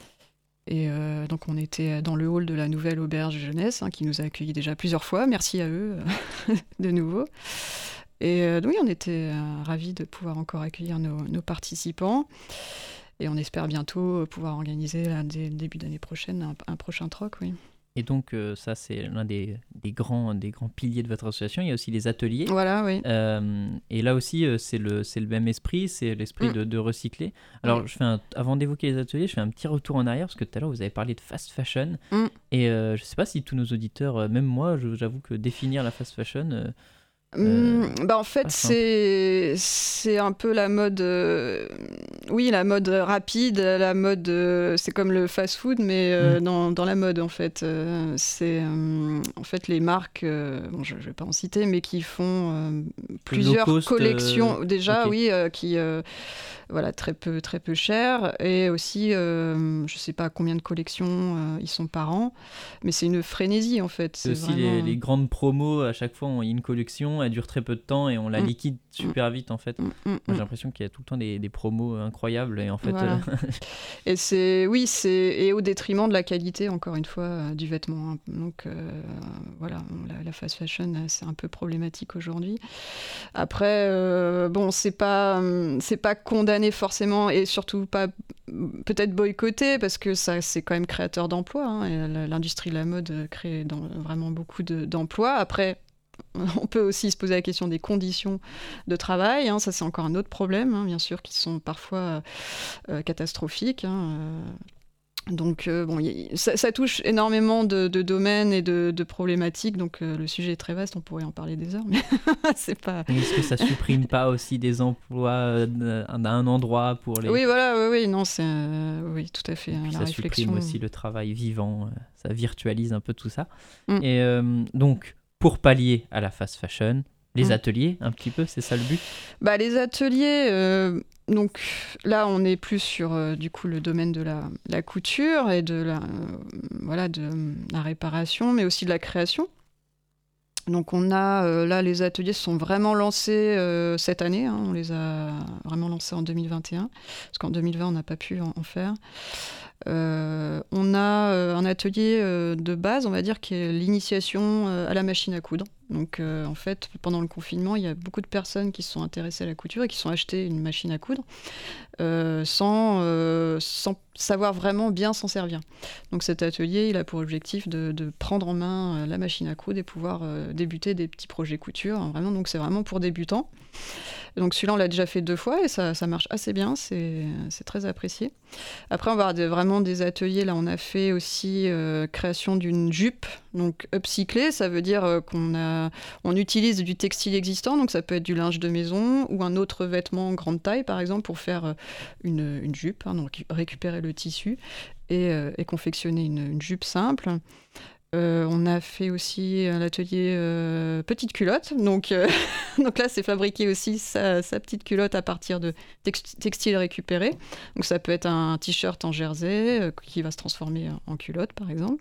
Et euh, donc on était dans le hall de la nouvelle auberge jeunesse, hein, qui nous a accueillis déjà plusieurs fois. Merci à eux de nouveau. Et euh, oui, on était euh, ravis de pouvoir encore accueillir nos, nos participants. Et on espère bientôt pouvoir organiser, là, dès le début d'année prochaine, un, un prochain troc, oui. Et donc, euh, ça, c'est l'un des, des, grands, des grands piliers de votre association. Il y a aussi les ateliers. Voilà, oui. Euh, et là aussi, euh, c'est, le, c'est le même esprit, c'est l'esprit mmh. de, de recycler. Alors, mmh. je fais un, avant d'évoquer les ateliers, je fais un petit retour en arrière, parce que tout à l'heure, vous avez parlé de fast fashion. Mmh. Et euh, je ne sais pas si tous nos auditeurs, euh, même moi, je, j'avoue que définir la fast fashion... Euh, Euh, bah en fait, c'est, c'est un peu la mode, euh, oui, la mode rapide, la mode, euh, c'est comme le fast-food, mais euh, mmh. dans, dans la mode, en fait. Euh, c'est, euh, en fait, les marques, euh, bon, je ne vais pas en citer, mais qui font euh, plusieurs cost, collections, euh... déjà, okay. oui, euh, qui, euh, voilà, très peu, très peu cher, et aussi, euh, je ne sais pas combien de collections euh, ils sont par an, mais c'est une frénésie, en fait. C'est, c'est aussi vraiment... les, les grandes promos, à chaque fois, il y a une collection, elle dure très peu de temps et on la liquide mmh. super vite en fait. Mmh. Moi j'ai l'impression qu'il y a tout le temps des, des promos incroyables et en fait. Voilà. Euh... et c'est oui c'est et au détriment de la qualité encore une fois euh, du vêtement. Hein. Donc euh, voilà la, la fast fashion c'est un peu problématique aujourd'hui. Après euh, bon c'est pas c'est pas condamné forcément et surtout pas peut-être boycotté parce que ça c'est quand même créateur d'emplois. Hein, et l'industrie de la mode crée dans, vraiment beaucoup de, d'emplois. Après on peut aussi se poser la question des conditions de travail, hein, ça c'est encore un autre problème, hein, bien sûr, qui sont parfois euh, catastrophiques. Hein, euh. Donc euh, bon, y, ça, ça touche énormément de, de domaines et de, de problématiques, donc euh, le sujet est très vaste, on pourrait en parler des heures, mais c'est pas... Est-ce que ça supprime pas aussi des emplois d'un endroit pour les... Oui, voilà, oui, oui, non, c'est... Euh, oui, tout à fait, hein, la ça réflexion... supprime aussi le travail vivant, ça virtualise un peu tout ça. Mm. Et euh, donc... Pour pallier à la fast fashion, les mmh. ateliers, un petit peu, c'est ça le but ? Bah, les ateliers, euh, donc là, on est plus sur euh, du coup, le domaine de la, la couture et de la, euh, voilà, de la réparation, mais aussi de la création. Donc on a, euh, là, les ateliers se sont vraiment lancés euh, cette année, hein, on les a vraiment lancés en deux mille vingt et un, parce qu'en deux mille vingt, on n'a pas pu en, en faire. Euh, on a euh, un atelier euh, de base, on va dire, qui est l'initiation euh, à la machine à coudre. Donc, euh, en fait, pendant le confinement, il y a beaucoup de personnes qui se sont intéressées à la couture et qui sont achetées une machine à coudre euh, sans, euh, sans savoir vraiment bien s'en servir. Donc, cet atelier, il a pour objectif de, de prendre en main euh, la machine à coudre et pouvoir euh, débuter des petits projets couture. Hein, vraiment, donc, c'est vraiment pour débutants. Donc celui-là, on l'a déjà fait deux fois et ça, ça marche assez bien, c'est, c'est très apprécié. Après, on va avoir des, vraiment des ateliers. Là, on a fait aussi euh, création d'une jupe, donc upcyclée. Ça veut dire euh, qu'on a, on utilise du textile existant, donc ça peut être du linge de maison ou un autre vêtement grande taille, par exemple, pour faire euh, une, une jupe, hein, donc récupérer le tissu et, euh, et confectionner une, une jupe simple. Euh, on a fait aussi un atelier euh, petite culotte, donc, euh, donc là c'est fabriquer aussi sa, sa petite culotte à partir de text- textiles récupérés. Donc ça peut être un t-shirt en jersey euh, qui va se transformer en culotte par exemple.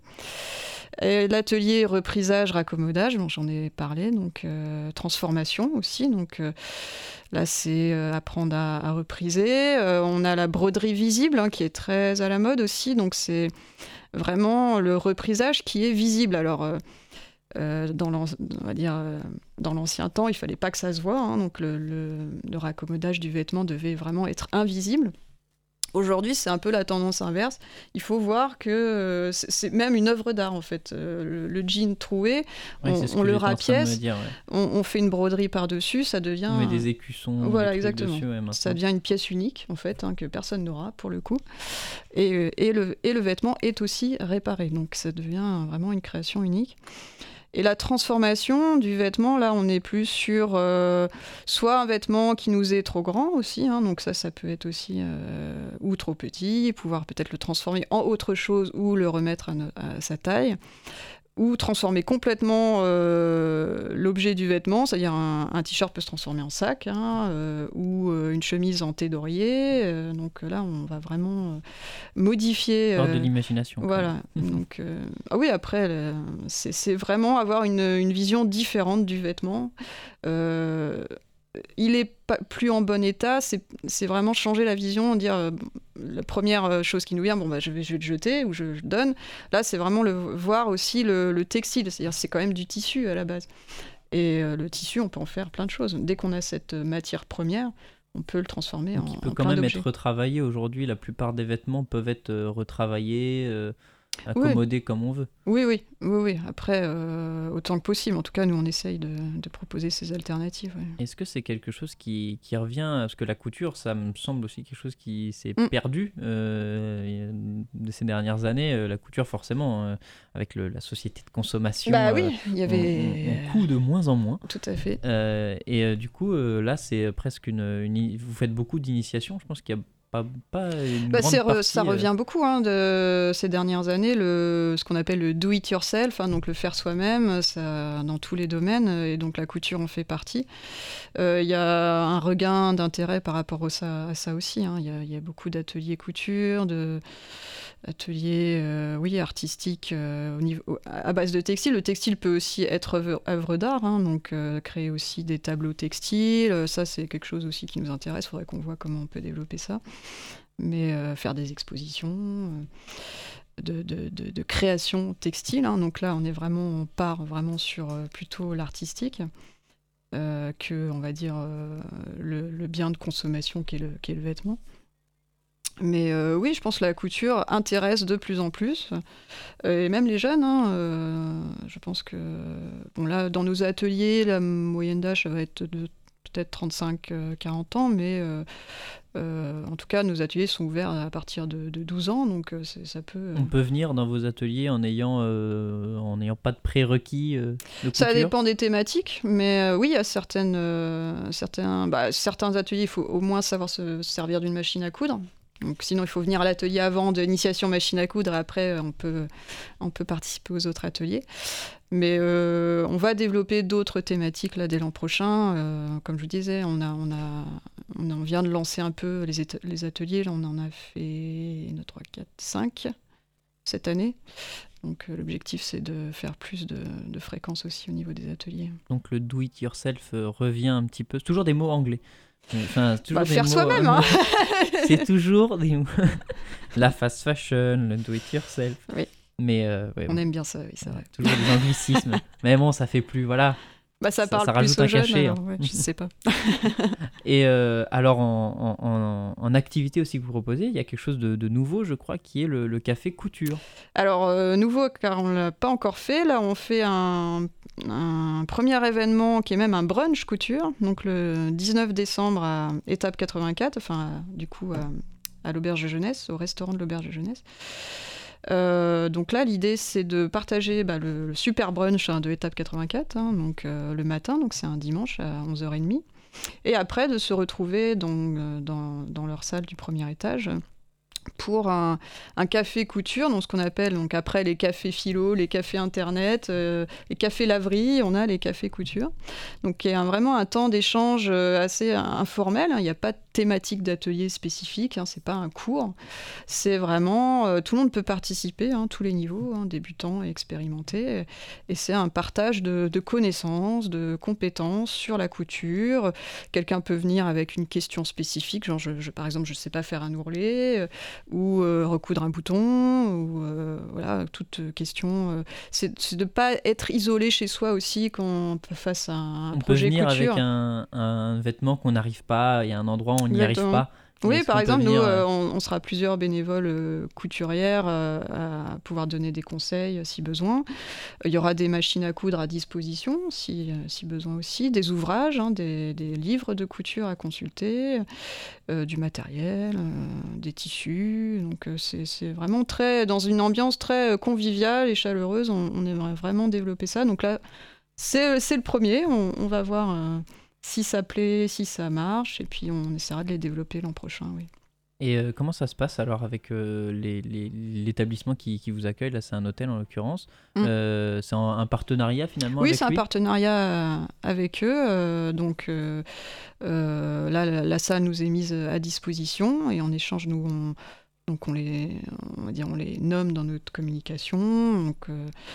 Et l'atelier reprisage, raccommodage, bon, j'en ai parlé, donc euh, transformation aussi. Donc euh, là c'est euh, apprendre à, à repriser. Euh, on a la broderie visible hein, qui est très à la mode aussi, donc c'est vraiment le reprisage qui est visible. Alors, euh, euh, dans, on va dire, euh, dans l'ancien temps, il ne fallait pas que ça se voie, hein, donc le, le, le raccommodage du vêtement devait vraiment être invisible. Aujourd'hui, c'est un peu la tendance inverse. Il faut voir que euh, c'est, c'est même une œuvre d'art, en fait. Euh, le, le jean troué, oui, on, on le rapièce, dire, ouais. on, on fait une broderie par-dessus, ça devient... On met des écussons. Voilà, des exactement. Dessus, ouais, ça devient une pièce unique, en fait, hein, que personne n'aura, pour le coup. Et, et, le, et le vêtement est aussi réparé. Donc, ça devient vraiment une création unique. Et la transformation du vêtement, là, on est plus sur euh, soit un vêtement qui nous est trop grand aussi, hein, donc ça, ça peut être aussi, euh, ou trop petit, pouvoir peut-être le transformer en autre chose ou le remettre à, no- à sa taille, ou transformer complètement euh, l'objet du vêtement, c'est-à-dire un, un t-shirt peut se transformer en sac, hein, euh, ou euh, une chemise en thé d'oreiller, euh, donc là, on va vraiment euh, modifier... Hors euh, de l'imagination. Voilà, donc... Euh, ah oui, après, le, c'est, c'est vraiment avoir une, une vision différente du vêtement, euh, il est pas plus en bon état. C'est, c'est vraiment changer la vision, dire euh, la première chose qui nous vient, bon bah je vais, je vais le jeter ou je, je donne. Là, c'est vraiment le voir aussi le, le textile, c'est-à-dire c'est quand même du tissu à la base. Et euh, le tissu, on peut en faire plein de choses. Dès qu'on a cette matière première, on peut le transformer Donc en, il peut en quand plein même d'objets. être retravaillé. Aujourd'hui, la plupart des vêtements peuvent être euh, retravaillés, euh, accommodés oui. comme on veut. Oui, oui, oui, oui. Après, euh, autant que possible. En tout cas, nous, on essaye de, de proposer ces alternatives. Ouais. Est-ce que c'est quelque chose qui, qui revient, parce que la couture, ça me semble aussi quelque chose qui s'est Mm. perdu euh, de ces dernières années. Euh, la couture, forcément, euh, avec le, la société de consommation, Bah euh, oui, il y avait... on, on, on coud de moins en moins. Tout à fait. Euh, et euh, du coup, euh, là, c'est presque une, une... Vous faites beaucoup d'initiations. Je pense qu'il y a pas, pas une bah grande c'est re, partie, ça revient euh... beaucoup hein, de ces dernières années, le, ce qu'on appelle le do it yourself, hein, donc le faire soi-même, ça, dans tous les domaines, et donc la couture en fait partie. Il euh, y a un regain d'intérêt par rapport au, ça, à ça aussi. Il hein. y, y a beaucoup d'ateliers couture, de ateliers euh, oui, artistiques euh, au niveau, à base de textile. Le textile peut aussi être œuvre, œuvre d'art, hein, donc euh, créer aussi des tableaux textiles. Ça, c'est quelque chose aussi qui nous intéresse. Il faudrait qu'on voit comment on peut développer ça. Mais euh, faire des expositions euh, de, de, de, de création textile. Hein. Donc là, on est vraiment, on part vraiment sur euh, plutôt l'artistique euh, que, on va dire, euh, le, le bien de consommation qu'est le, qu'est le vêtement. Mais euh, oui, je pense que la couture intéresse de plus en plus, euh, et même les jeunes. Hein, euh, je pense que, bon là, dans nos ateliers, la moyenne d'âge, ça va être de peut-être trente-cinq à quarante ans, mais euh, euh, en tout cas, nos ateliers sont ouverts à partir de, de douze ans, donc euh, c'est, ça peut... Euh... On peut venir dans vos ateliers en ayant, euh, en n'ayant pas de prérequis euh, de couture. Ça dépend des thématiques, mais euh, oui, il y a certaines, euh, certains, bah, certains ateliers, il faut au moins savoir se servir d'une machine à coudre. Donc, sinon, il faut venir à l'atelier avant de l'initiation machine à coudre, et après, on peut, on peut participer aux autres ateliers. Mais euh, on va développer d'autres thématiques là, dès l'an prochain. Euh, comme je vous disais, on, a, on, a, on, a, on vient de lancer un peu les, éta- les ateliers. Là, on en a fait trois, quatre, cinq cette année. Donc euh, l'objectif, c'est de faire plus de, de fréquences aussi au niveau des ateliers. Donc le do-it-yourself euh, revient un petit peu. C'est toujours des mots anglais. Enfin, toujours bah, des faire mots, soi-même, euh, hein. C'est toujours des mots. La fast fashion, le do-it-yourself. Oui. Mais euh, ouais, on bon. aime bien ça, oui, c'est vrai. Toujours des anglicismes. Mais bon, ça fait plus, voilà. Bah, ça, ça parle ça plus rajoute aux un jeunes, cachet. alors, Hein. Ouais, je sais pas. Et euh, alors, en, en, en, en activité aussi que vous proposez, il y a quelque chose de, de nouveau, je crois, qui est le, le café couture. Alors, euh, nouveau, car on ne l'a pas encore fait. Là, on fait un, un premier événement qui est même un brunch couture. Donc, le dix-neuf décembre à Étape quatre-vingt-quatre, enfin, du coup, à, à l'Auberge de Jeunesse, au restaurant de l'Auberge de Jeunesse. Euh, donc là, l'idée, c'est de partager bah, le, le super brunch hein, de Étape quatre-vingt-quatre, hein, donc, euh, le matin, donc c'est un dimanche à onze heures trente. Et après, de se retrouver dans, euh, dans, dans leur salle du premier étage pour un, un café couture, donc ce qu'on appelle, donc après les cafés philo, les cafés internet, euh, les cafés laverie, on a les cafés couture. Donc il y a un, vraiment un temps d'échange assez informel, hein. Il n'y a pas de thématique d'atelier spécifique, hein, c'est pas un cours, c'est vraiment, euh, tout le monde peut participer, hein, tous les niveaux, hein, débutants et expérimentés, et c'est un partage de, de connaissances, de compétences sur la couture. Quelqu'un peut venir avec une question spécifique, genre je, je, par exemple je ne sais pas faire un ourlet, euh, ou euh, recoudre un bouton, ou euh, voilà, toute question. Euh, c'est, c'est de ne pas être isolé chez soi aussi quand on face à un on projet couture. On peut venir avec un, un vêtement qu'on n'arrive pas, il y a un endroit où on n'y arrive pas. Oui, par exemple, venir... nous, euh, on, on sera plusieurs bénévoles euh, couturières euh, à pouvoir donner des conseils euh, si besoin. Il y aura des machines à coudre à disposition, si, euh, si besoin aussi, des ouvrages, hein, des, des livres de couture à consulter, euh, du matériel, euh, des tissus. Donc, euh, c'est, c'est vraiment très, dans une ambiance très conviviale et chaleureuse. On, on aimerait vraiment développer ça. Donc là, c'est, c'est le premier. On, on va voir... Euh, si ça plaît, si ça marche, et puis on essaiera de les développer l'an prochain, oui. Et euh, comment ça se passe alors avec euh, les, les, l'établissement qui, qui vous accueille? Là, c'est un hôtel en l'occurrence. Mm. Euh, c'est un, un partenariat finalement oui, avec c'est lui? Un partenariat avec eux. Euh, donc euh, euh, là, la, la salle nous est mise à disposition, et en échange, nous, on, donc on, les, on, va dire, on les nomme dans notre communication. Donc... Euh,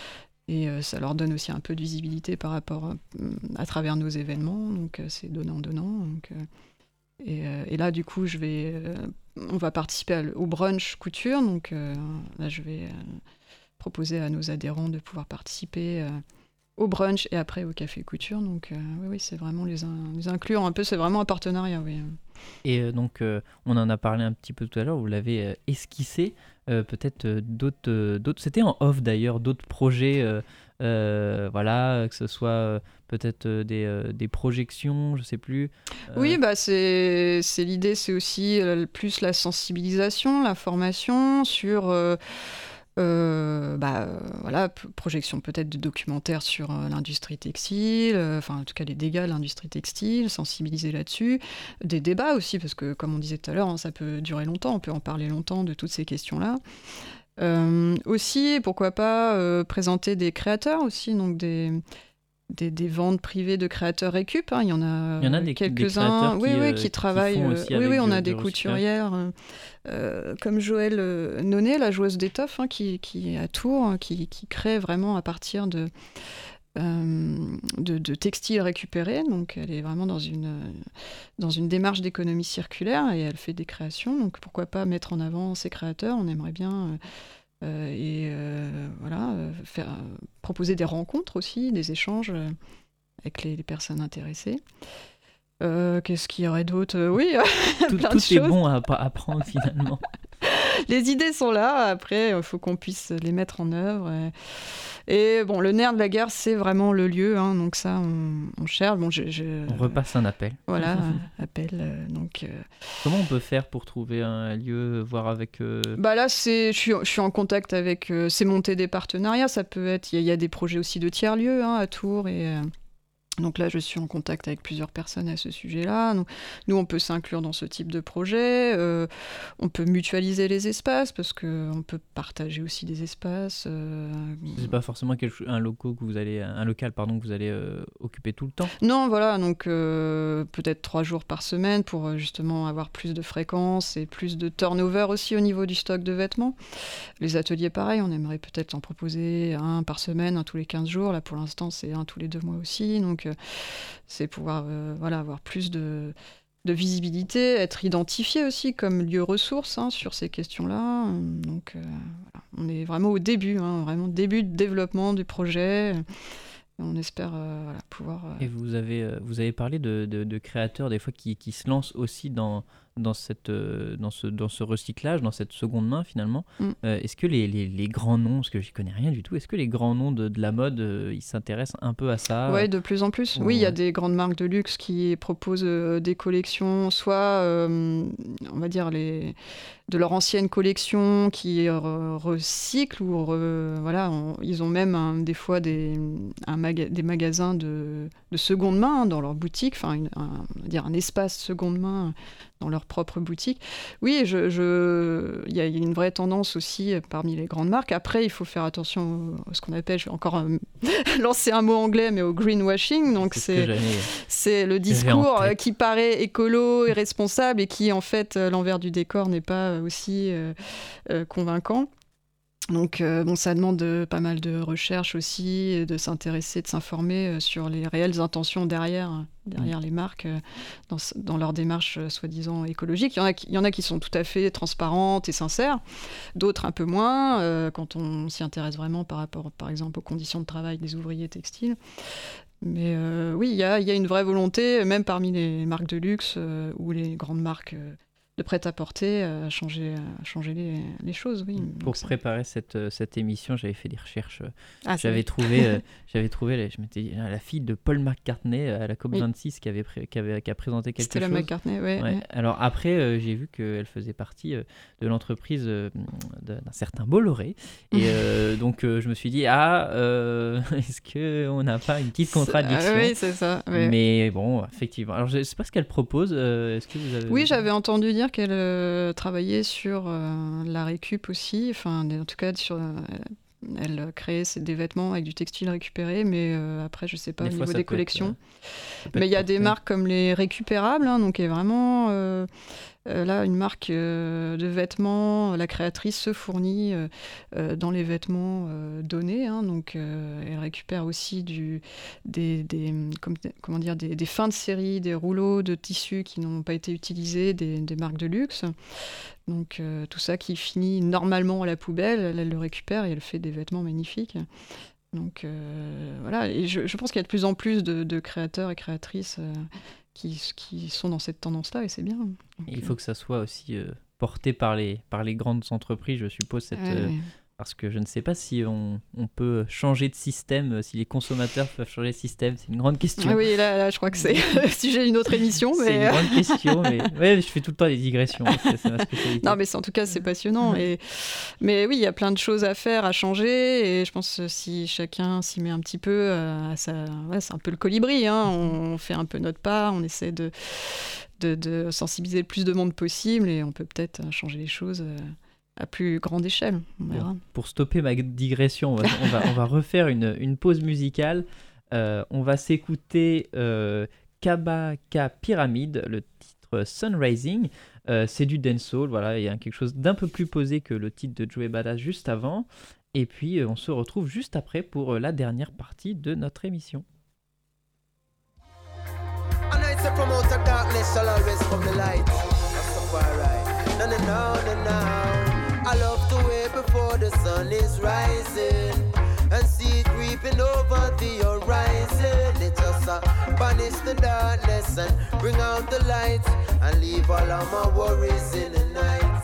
et euh, ça leur donne aussi un peu de visibilité par rapport à, à travers nos événements, donc euh, c'est donnant-donnant. Donc, euh, et, euh, et là, du coup, je vais, euh, on va participer à, au brunch couture, donc euh, là, je vais euh, proposer à nos adhérents de pouvoir participer euh, au brunch et après au café couture. Donc euh, oui, oui, c'est vraiment les, in- les inclure un peu, c'est vraiment un partenariat, oui. Et euh, donc, euh, on en a parlé un petit peu tout à l'heure, vous l'avez euh, esquissé, euh, peut-être euh, d'autres, euh, d'autres, c'était en off d'ailleurs, d'autres projets, euh, euh, voilà, que ce soit euh, peut-être euh, des, euh, des projections, je sais plus. euh, Oui, bah c'est, c'est l'idée, c'est aussi euh, plus la sensibilisation, la formation sur euh, euh, bah, euh, voilà, p- projection peut-être de documentaires sur euh, l'industrie textile, euh, enfin en tout cas les dégâts de l'industrie textile, sensibiliser là-dessus, des débats aussi, parce que comme on disait tout à l'heure, hein, ça peut durer longtemps, on peut en parler longtemps de toutes ces questions-là. Euh, aussi, pourquoi pas euh, présenter des créateurs aussi, donc des, des, des ventes privées de créateurs récup, hein, il y en a, Il y en a euh, des- des quelques-uns, créateurs oui, qui, oui, euh, qui qui travaillent. font euh, aussi oui, avec oui, on du- a du des recyclage. couturières euh, euh, comme Joëlle euh, Nonnet, la joueuse d'étoffe, hein, qui, qui est à Tours, hein, qui, qui crée vraiment à partir de, euh, de, de textiles récupérés. Donc, elle est vraiment dans une, euh, dans une démarche d'économie circulaire et elle fait des créations. Donc, pourquoi pas mettre en avant ces créateurs? On aimerait bien. euh, euh, et euh, voilà, euh, faire, euh, proposer des rencontres aussi, des échanges euh, avec les, les personnes intéressées. Euh, qu'est-ce qu'il y aurait d'autre? Euh, Oui, tout plein de tout est choses. bon à app- apprendre finalement. Les idées sont là, après, il faut qu'on puisse les mettre en œuvre. Et, et bon, le nerf de la guerre, c'est vraiment le lieu, hein, donc ça, on, on cherche. Bon, je, je- On repasse un appel. Voilà, appel. euh, donc, euh, Comment on peut faire pour trouver un lieu, voir avec... euh, Bah là, c'est, je suis, je suis en contact avec, euh, c'est monter des partenariats, ça peut être, il y, a- il y a des projets aussi de tiers-lieux hein, à Tours, et euh, donc là, je suis en contact avec plusieurs personnes à ce sujet-là. Donc, nous, on peut s'inclure dans ce type de projet, euh, on peut mutualiser les espaces, parce qu'on peut partager aussi des espaces. euh, C'est pas forcément quelque chose- un local que vous allez, un local pardon que vous allez euh, occuper tout le temps. Non, voilà, donc euh, peut-être trois jours par semaine pour euh, justement avoir plus de fréquence et plus de turnover aussi au niveau du stock de vêtements. Les ateliers, pareil, on aimerait peut-être en proposer un par semaine, un tous les quinze jours. Là, pour l'instant, c'est un tous les deux mois aussi. Donc, euh, c'est pouvoir euh, voilà, avoir plus de, de visibilité, être identifié aussi comme lieu ressource hein, sur ces questions-là. Donc, euh, voilà. On est vraiment au début, hein, vraiment début de développement du projet. On espère euh, voilà, pouvoir... euh, Et vous avez, euh, vous avez parlé de, de, de créateurs des fois qui, qui se lancent aussi dans, dans, cette, euh, dans, ce, dans ce recyclage, dans cette seconde main finalement. Mm. Euh, est-ce que les, les, les grands noms, parce que j'y connais rien du tout, est-ce que les grands noms de, de la mode, euh, ils s'intéressent un peu à ça? Oui, de plus en plus. Ouais. Oui, il y a des grandes marques de luxe qui proposent euh, des collections, soit, euh, on va dire, les... de leur ancienne collection qui re- recyclent, ou re- voilà, on- ils ont même un- des fois des, un maga- des magasins de, de seconde main hein, dans leur boutique, enfin, une- un, on va dire un espace seconde main dans leur propre boutique. Oui, je, je... il y a il y a une vraie tendance aussi euh, parmi les grandes marques. Après, il faut faire attention au- à ce qu'on appelle, je vais encore euh, lancer un mot anglais, mais au greenwashing. Donc, C'est ce c'est, que j'allais- c'est le j'avais en discours tête. euh, qui paraît écolo et responsable et qui, en fait, euh, l'envers du décor n'est pas euh, aussi euh, euh, convaincant. Donc, euh, bon, ça demande euh, pas mal de recherche aussi, et de s'intéresser, de s'informer euh, sur les réelles intentions derrière, euh, derrière les marques euh, dans, ce- dans leur démarche euh, soi-disant écologique. Il y en a qui, il y en a qui sont tout à fait transparentes et sincères, d'autres un peu moins, euh, quand on s'y intéresse vraiment par rapport, par exemple, aux conditions de travail des ouvriers textiles. Mais euh, oui, il y a, il y a une vraie volonté, même parmi les marques de luxe euh, ou les grandes marques euh, de prêt-à-porter, à changer, à changer les, les choses. Oui. Pour Donc, ça- préparer cette, euh, cette émission, j'avais fait des recherches. euh, Ah, c'est j'avais, vrai. trouvé, euh, j'avais trouvé, la- je m'étais dit, ah, la fille de Paul McCartney euh, à la COP Oui. vingt-six qui, avait pré- qui, avait, qui a présenté quelque C'était la chose. McCartney, ouais. Ouais. ouais. Alors après, euh, j'ai vu qu'elle faisait partie euh, de l'entreprise euh, d'un d'un certain Bolloré. Et euh, donc, euh, je me suis dit, ah, euh, est-ce qu'on n'a pas une petite contradiction? Ah, oui, c'est ça. ouais. Mais bon, effectivement. Alors, je ne sais pas ce qu'elle propose. euh, est-ce que vous avez... Oui, j'avais entendu dire qu'elle euh, travaillait sur euh, la récup aussi, enfin, en tout cas, sur, euh, elle créait ses- des vêtements avec du textile récupéré, mais euh, après, je sais pas, Des au fois, niveau ça des peut être, collections. euh, ça peut Mais être il y a des porté. marques comme les récupérables, hein, donc qui est vraiment euh, euh, là, une marque euh, de vêtements, la créatrice se fournit euh, euh, dans les vêtements euh, donnés. Hein, donc, euh, elle récupère aussi du, des, des, comme, comment dire, des, des fins de série, des rouleaux de tissus qui n'ont pas été utilisés, des, des marques de luxe. Donc, euh, tout ça qui finit normalement à la poubelle, elle, elle le récupère et elle fait des vêtements magnifiques. Donc, euh, voilà. Et je, je pense qu'il y a de plus en plus de, de créateurs et créatrices euh, qui, qui sont dans cette tendance-là, et c'est bien. Donc, et il faut que ça soit aussi euh, porté par les, par les grandes entreprises, je suppose, cette, ouais, euh, ouais. parce que je ne sais pas si on, on peut changer de système, euh, si les consommateurs peuvent changer de système, c'est une grande question. Ah oui, là, là, je crois que c'est le sujet d'une autre émission. Mais... C'est une grande question, mais ouais, je fais tout le temps des digressions, c'est, c'est ma spécialité. Non, mais c'est, en tout cas, c'est passionnant. Et... Mais oui, il y a plein de choses à faire, à changer. Et je pense que si chacun s'y met un petit peu, euh, ça... ouais, c'est un peu le colibri. Hein. On fait un peu notre part, on essaie de, de, de sensibiliser le plus de monde possible et on peut peut-être changer les choses euh, à plus grande échelle. On verra. Bon, pour stopper ma digression, on va, on va, on va refaire une, une pause musicale. Euh, on va s'écouter euh, Kabaka Pyramid, le titre Sunrising. Euh, c'est du dancehall, voilà, il y a quelque chose d'un peu plus posé que le titre de Joey Badass juste avant. Et puis euh, on se retrouve juste après pour euh, la dernière partie de notre émission. I love the way before the sun is rising and see it creeping over the horizon. It just uh, banish the darkness and bring out the light and leave all of my worries in the night.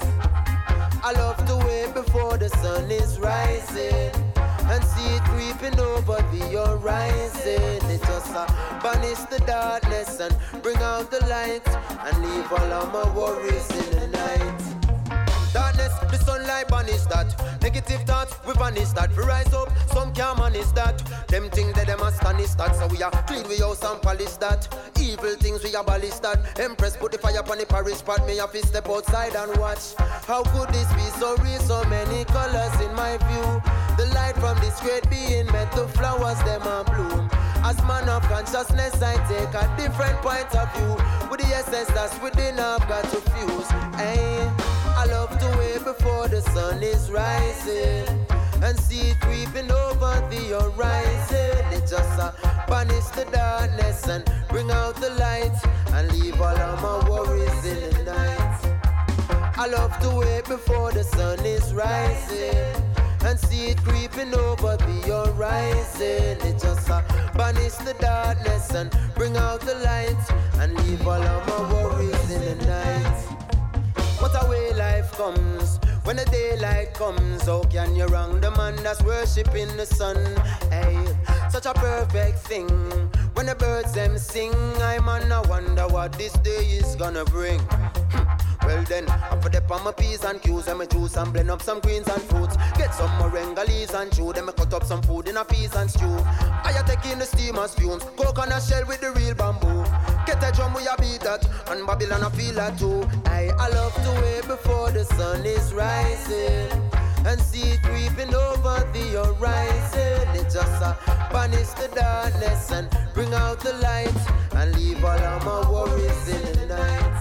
I love the way before the sun is rising and see it creeping over the horizon. It just uh, banish the darkness and bring out the light and leave all of my worries in the night. Darkness, the sunlight banish that. Negative thoughts, we banish that. We rise up, some can't manage that. Them things that them astonish that. So we are clean, we house and polish that. Evil things, we abolish that. Empress put the fire upon the parish pot. Me have to step outside and watch. How could this be so real? So many colors in my view. The light from this great being meant the flowers, them are bloom. As man of consciousness, I take a different point of view. With the essence that's within, I've got to fuse. Hey, I love the way before the sun is rising and see it creeping over the horizon. It just uh, banish the darkness and bring out the light and leave all of my worries in the night. I love the way before the sun is rising and see it creeping over the horizon. It just uh, banish the darkness and bring out the light and leave all of my worries in the night. What a way life comes when the daylight comes. How can you wrong the man that's worshipping the sun? Hey, such a perfect thing when the birds them sing. I man I wonder what this day is gonna bring. Well then, I put up on my P's and Q's and my juice and blend up some greens and fruits. Get some moringa leaves and chew, then I cut up some food in a peas and stew. I a taking the steamer's fumes, coconut shell with the real bamboo. Get a drum, we a beat that, and Babylon I feel that too. I, I love the way before the sun is rising and see it creeping over the horizon. It just uh, banish the darkness and bring out the light and leave all of my worries in the night.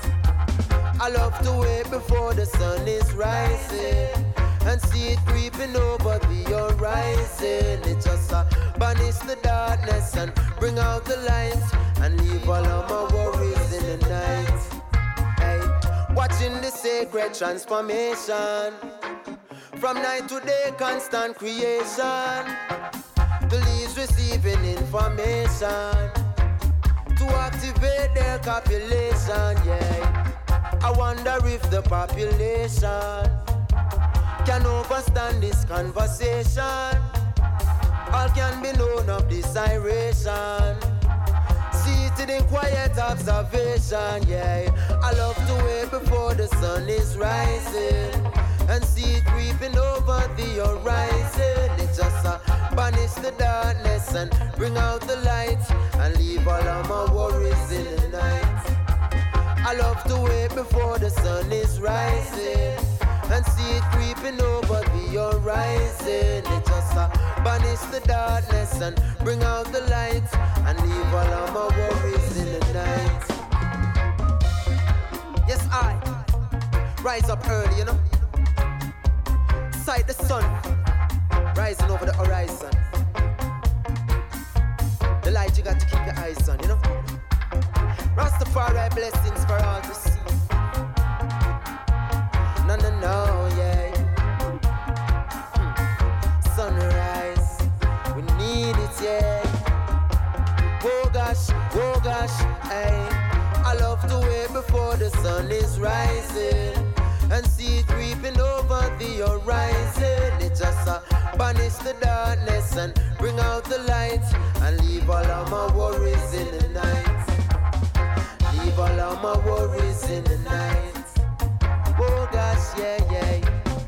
I love the way before the sun is rising and see it creeping over the horizon. It just uh, banish the darkness and bring out the light and leave all of my worries in the night. Hey, watching the sacred transformation from night to day, constant creation. The leaves receiving information to activate their copulation, yeah. I wonder if the population can understand this conversation. All can be known of this iration. Seated in quiet observation, yeah. I love the way before the sun is rising and see it creeping over the horizon. It just uh, banish the darkness and bring out the light and leave all of my worries in the night. I love the way before the sun is rising and see it creeping over the horizon. It just uh, banish the darkness and bring out the light and leave all of my worries in the night. Yes, I, up early, you know. Sight the sun rising over the horizon. The light you got to keep your eyes on, you know. Rastafari blessings for all to see. No, no, no, yeah. Hmm. Sunrise, we need it, yeah. Oh gosh, oh gosh, hey. I love the way before the sun is rising and see it creeping over the horizon. It just uh, banish the darkness and bring out the light and leave all of my worries in the night. Leave all of my worries in the night. Oh gosh, yeah, yeah.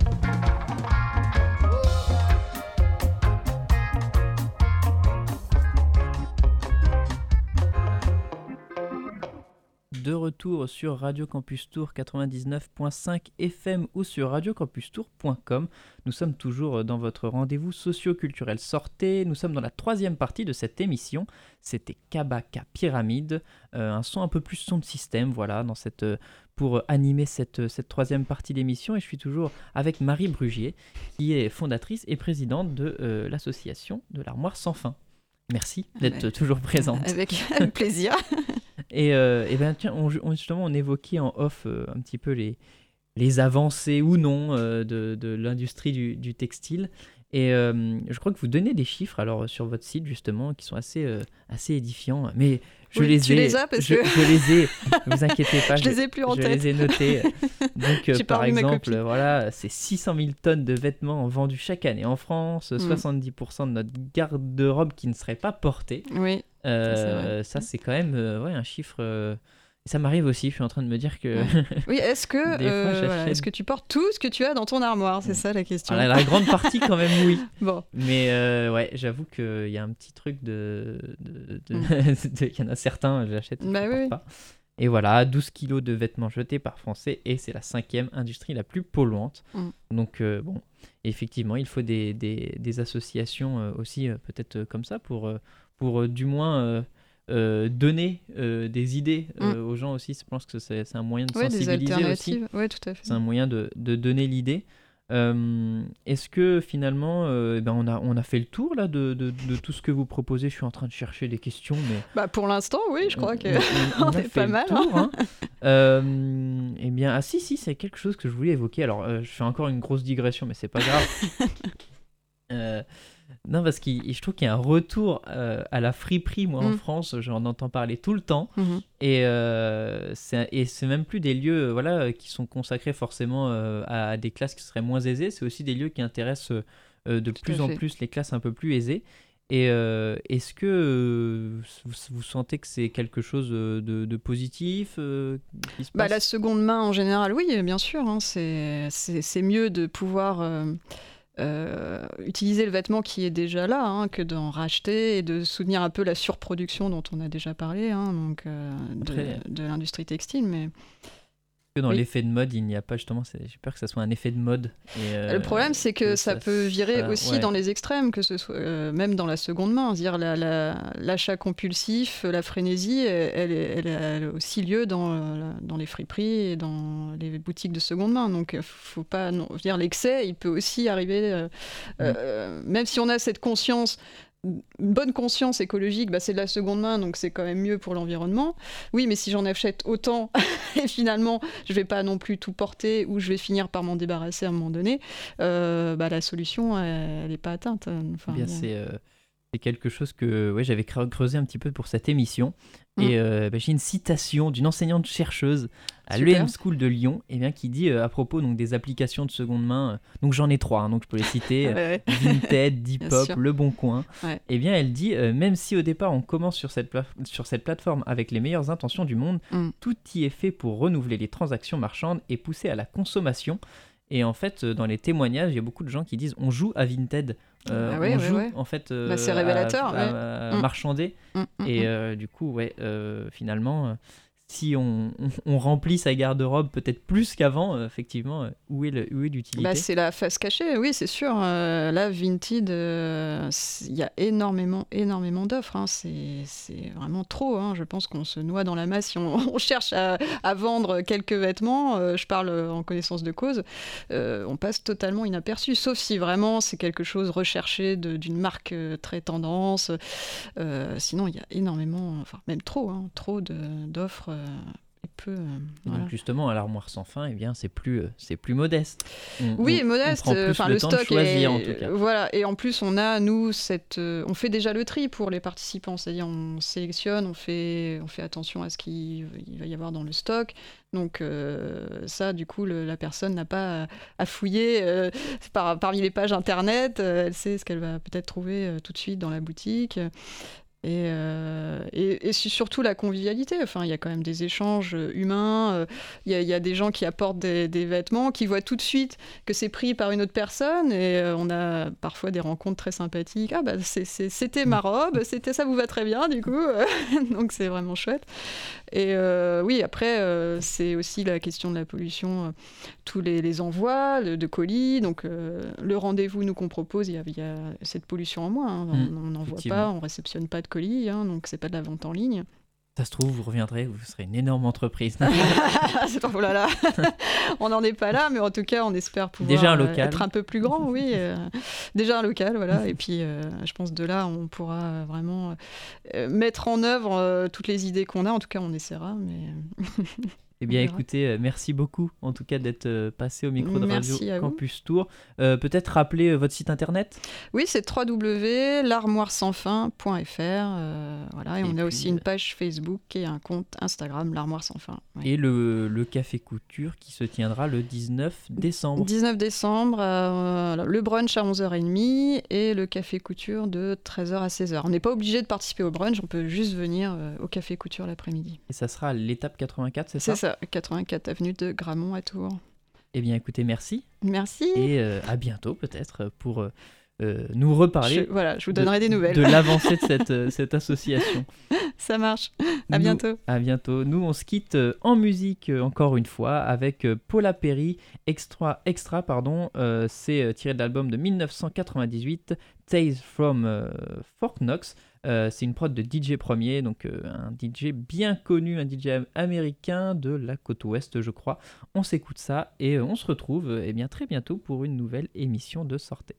De retour sur Radio Campus Tour quatre-vingt-dix-neuf virgule cinq F M ou sur radio campus tour point com. Nous sommes toujours dans votre rendez-vous socio-culturel Sortez. Nous sommes dans la troisième partie de cette émission. C'était Kabaka Pyramide, euh, un son un peu plus son de système, voilà, dans cette, euh, pour animer cette, cette troisième partie d'émission. Et je suis toujours avec Marie Brugier, qui est fondatrice et présidente de euh, l'association de l'Armoire Sans Fin. Merci d'être ouais. toujours présente. Avec plaisir. Et, euh, et ben tiens, on, on, justement, on évoquait en off euh, un petit peu les, les avancées ou non euh, de, de l'industrie du, du textile. Et euh, je crois que vous donnez des chiffres alors sur votre site justement qui sont assez, euh, assez édifiants. Mais je oui, les tu ai. Les as parce je, que... je les ai. Ne vous inquiétez pas. je, je les ai plus en je tête. Je les ai notés. Donc euh, par exemple, euh, voilà, c'est six cent mille tonnes de vêtements vendus chaque année en France, mm. soixante-dix pour cent de notre garde-robe qui ne serait pas portée. Oui. Euh, ça c'est quand même euh, ouais, un chiffre. Euh... Ça m'arrive aussi, je suis en train de me dire que... Oui, est-ce que, euh, voilà, est-ce que tu portes tout ce que tu as dans ton armoire ? C'est ça la question. Alors, la grande partie quand même, oui. Bon. Mais euh, ouais, j'avoue qu'il y a un petit truc de... de, de, mm. de il y en a certains, j'achète, je bah, ne oui. porte pas. Et voilà, douze kilos de vêtements jetés par Français, et c'est la cinquième industrie la plus polluante. Mm. Donc euh, bon, effectivement, il faut des, des, des associations euh, aussi, euh, peut-être euh, comme ça, pour, euh, pour euh, du moins... Euh, Euh, donner euh, des idées euh, mm. aux gens aussi. Je pense que c'est, c'est un moyen de ouais, sensibiliser des alternatives. aussi. Ouais, tout à fait. C'est un moyen de, de donner l'idée. Euh, est-ce que finalement, euh, ben on, a, on a fait le tour là, de, de, de tout ce que vous proposez ? Je suis en train de chercher des questions. Mais bah, pour l'instant, oui, je crois qu'on on, on, on est pas mal. Tour, hein. euh, eh bien, ah si, si, c'est quelque chose que je voulais évoquer. Alors, euh, je fais encore une grosse digression, mais c'est pas grave. euh, Non, parce que je trouve qu'il y a un retour euh, à la friperie, moi, mmh. en France, j'en entends parler tout le temps. Mmh. Et, euh, c'est, et c'est même plus des lieux voilà, qui sont consacrés forcément euh, à, à des classes qui seraient moins aisées. C'est aussi des lieux qui intéressent euh, de tout plus en plus les classes un peu plus aisées. Et euh, est-ce que euh, vous, vous sentez que c'est quelque chose de, de positif euh, qui se passe ? Bah, la seconde main, en général, oui, bien sûr. Hein, c'est, c'est, c'est mieux de pouvoir... Euh... Euh, utiliser le vêtement qui est déjà là hein, que d'en racheter et de soutenir un peu la surproduction dont on a déjà parlé hein, donc, euh, de, Après, de l'industrie textile. Mais... Que dans oui. l'effet de mode, il n'y a pas justement, c'est, j'ai peur que ça soit un effet de mode. Et, euh, le problème, c'est que, que ça, ça peut virer ça, aussi ouais. dans les extrêmes, que ce soit euh, même dans la seconde main. C'est-à-dire la, la, l'achat compulsif, la frénésie, elle, elle, elle a aussi lieu dans, dans les friperies et dans les boutiques de seconde main. Donc, faut pas non, dire l'excès, il peut aussi arriver, euh, mmh. euh, même si on a cette conscience. Une bonne conscience écologique, bah c'est de la seconde main, donc c'est quand même mieux pour l'environnement. Oui, mais si j'en achète autant et finalement je vais pas non plus tout porter ou je vais finir par m'en débarrasser à un moment donné, euh, bah la solution elle n'est pas atteinte. Enfin, Bien, bon. c'est, euh, c'est quelque chose que ouais, j'avais creusé un petit peu pour cette émission. Et euh, bah, j'ai une citation d'une enseignante chercheuse à Super. l'E M School de Lyon, eh bien, qui dit euh, à propos donc, des applications de seconde main, euh, donc j'en ai trois, hein, donc je peux les citer, ouais, ouais. Vinted, Depop, Le Bon Coin, ouais. eh bien elle dit, euh, même si au départ on commence sur cette, pla- sur cette plateforme avec les meilleures intentions du monde, mm. tout y est fait pour renouveler les transactions marchandes et pousser à la consommation. Et en fait, dans les témoignages, il y a beaucoup de gens qui disent on joue à Vinted. Euh, ah ouais, on ouais, joue ouais. en fait euh, bah, c'est révélateur, à, à, à ouais. marchander. Mm, mm, et mm. euh, du coup, ouais, euh, finalement, si on, on, on remplit sa garde-robe peut-être plus qu'avant, euh, effectivement, euh, où est, le, où est l'utilité? Bah, c'est la face cachée, oui, c'est sûr. Euh, là, Vinted, il euh, y a énormément, énormément d'offres. Hein. C'est, c'est vraiment trop. Hein. Je pense qu'on se noie dans la masse si on, on cherche à, à vendre quelques vêtements. Euh, je parle en connaissance de cause. Euh, on passe totalement inaperçu, sauf si vraiment c'est quelque chose recherché de, d'une marque très tendance. Euh, sinon, il y a énormément, enfin même trop, hein, trop de, d'offres. Et peu, euh, et voilà. Donc justement, à l'armoire sans fin, eh bien, c'est plus, euh, c'est plus modeste. On, oui, on, modeste. On prend plus enfin, le, le temps stock de choisir, est, en tout cas. Voilà. Et en plus, on a nous cette, euh, on fait déjà le tri pour les participants, c'est-à-dire on sélectionne, on fait, on fait attention à ce qu'il va y avoir dans le stock. Donc euh, ça, du coup, le, la personne n'a pas à, à fouiller euh, par, parmi les pages internet. Euh, elle sait ce qu'elle va peut-être trouver euh, tout de suite dans la boutique. Et, euh, et, et surtout la convivialité. Enfin, il y a quand même des échanges humains. Il euh, y, y a des gens qui apportent des, des vêtements, qui voient tout de suite que c'est pris par une autre personne. Et euh, on a parfois des rencontres très sympathiques. Ah bah c'est, c'est, c'était ma robe, c'était ça vous va très bien du coup. Donc c'est vraiment chouette. Et euh, oui, après euh, c'est aussi la question de la pollution. Euh, tous les, les envois le, de colis. Donc euh, le rendez-vous nous qu'on propose, il y a, y a cette pollution en moins. Hein. On n'envoie pas, on réceptionne pas de colis, hein, donc c'est pas de la vente en ligne. Ça se trouve, vous reviendrez, vous serez une énorme entreprise. C'est pas, oh là là. On n'en est pas là, mais en tout cas, on espère pouvoir déjà un local. être un peu plus grand, oui. Euh, déjà un local, voilà. Et puis, euh, je pense de là, on pourra vraiment euh, mettre en œuvre euh, toutes les idées qu'on a. En tout cas, on essaiera, mais... Eh bien, écoutez, euh, merci beaucoup, en tout cas, d'être euh, passé au micro de merci Radio Campus Tour. Euh, peut-être rappeler euh, votre site internet ? Oui, c'est w w w point l'armoire sans fin point f r. Euh, voilà, et, et on puis, a aussi une page Facebook et un compte Instagram, l'Armoire sans fin. Ouais. Et le, le Café Couture qui se tiendra le dix-neuf décembre. dix-neuf décembre, euh, le brunch à onze heures trente et le Café Couture de treize heures à seize heures. On n'est pas obligé de participer au brunch, on peut juste venir euh, au Café Couture l'après-midi. Et ça sera à l'étape quatre-vingt-quatre, c'est ça ? C'est ça. quatre-vingt-quatre avenue de Gramont à Tours. Eh bien, écoutez, merci. Merci. Et euh, à bientôt, peut-être, pour euh, nous reparler. Je, voilà, je vous donnerai de, des nouvelles. De l'avancée de cette, euh, cette association. Ça marche. À nous, bientôt. À bientôt. Nous, on se quitte euh, en musique, euh, encore une fois, avec euh, Paula Perry, Extra, Extra pardon. Euh, c'est euh, tiré de l'album de dix-neuf cent quatre-vingt-dix-huit, Tales from euh, Fort Knox. Euh, c'est une prod de D J Premier, donc euh, un D J bien connu, un D J américain de la côte ouest, je crois. On s'écoute ça et euh, on se retrouve euh, eh bien, très bientôt pour une nouvelle émission de Sortez.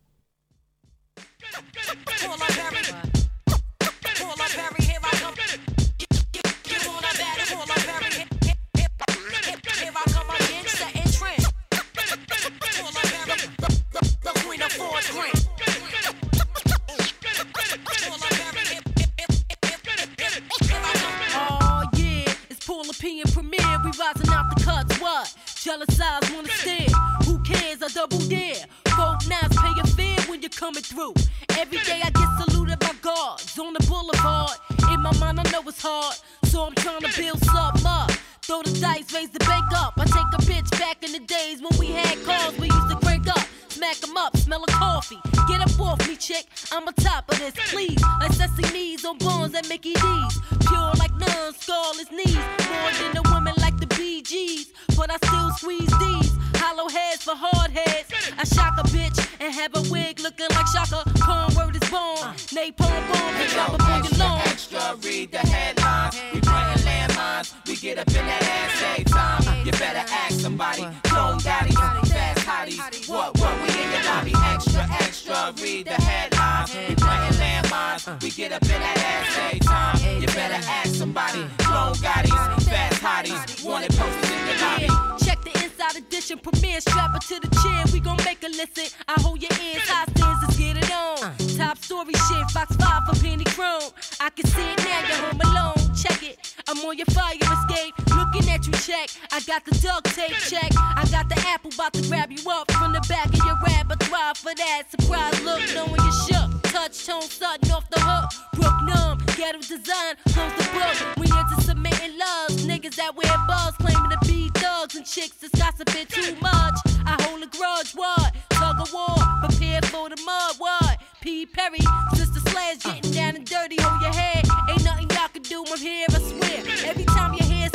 Rising out the cuts, what? Jealous eyes wanna stare. Who cares? I double dare. Folk nines pay a fare when you're coming through. Every day I get saluted by guards on the boulevard. In my mind, I know it's hard, so I'm trying to build something up. Throw the dice, raise the bank up. I take a bitch back in the days when we had cars we used to crank up. Smack them up, smell of coffee. Get up off me, chick. I'm on top of this, please. Like Sesame's on bones at Mickey D's. Pure like none, scarless knees. More than a woman like the B Gs. But I still squeeze these. Hollow heads for hard heads. I shock a bitch and have a wig looking like Shaka. Corn word is born. Uh. Napalm bomb, and drop up on your lawn. Extra, read the headlines. We playing landmines. We get up in that ass every time. Uh. You better ask somebody. Clone daddies, fast hotties. What, what, we in your lobby. Extra, extra, read the headlines. We playing landmines. We get up in that ass every time. You better ask somebody. Clone daddies, fast hotties. Wanted posters in your lobby. Check the inside edition, premiere, strap it to the chair. We gon' make a listen. I hold your ears, hostage, let's get it on. Top story shit, Fox five for Penny Chrome. I can see it now, you're home alone. Check it, I'm on your fire escape. Looking at you, check. I got the duct tape, check. I got the apple, about to grab you up from the back of your repertoire for that surprise look, knowing you shook. Touch tone, sudden off the hook. Brook numb, ghetto design, close the book. We into submitting loves, niggas that wear balls, claiming to be thugs and chicks that's gossiping too much. I hold a grudge, what? Tug of war, prepare for the mud, what? P. Perry, Sister Sledge, getting down and dirty, hold your head. Ain't nothing y'all can do, I'm here, I swear. Every time you hear something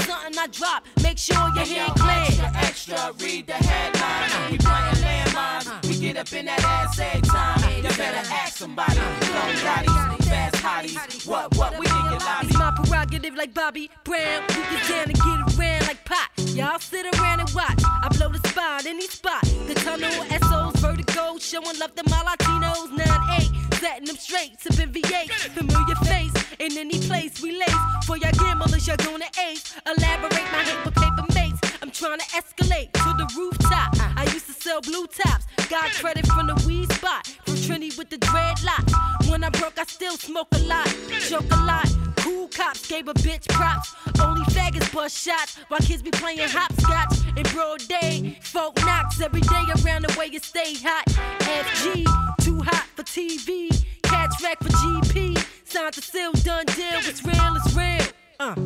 I drop, make sure your Hey, hand yo, clear. extra, extra, read the headline. We playing landmines, we get up in that ass every time. You better ask somebody. Long bodies, fast hotties. What, what, we in your lobby. It's my prerogative like Bobby Brown. We get down and get around like Pop. Y'all sit around and watch. I blow the spot, any spot. The tunnel, S Os, vertigo, showing love to my Latinos. nine eight, setting them straight, sipping V eight. Familiar face, in any place we lace. For y'all gamblers, y'all gonna ace. Elaborate my hate with paper mates. I'm trying to escalate to the rooftop. I used to sell blue tops. Got credit from the weed spot. From Trini with the dreadlocks. When I broke, I still smoke a lot. Joke a lot. Cool cops gave a bitch props. Only faggots bust shots while kids be playing hopscotch in broad day. Folk knocks every day around the way you stay hot. F G, too hot for T V. Catch rack for G P. Signed to seal, done deal. It's real, it's real. Uh.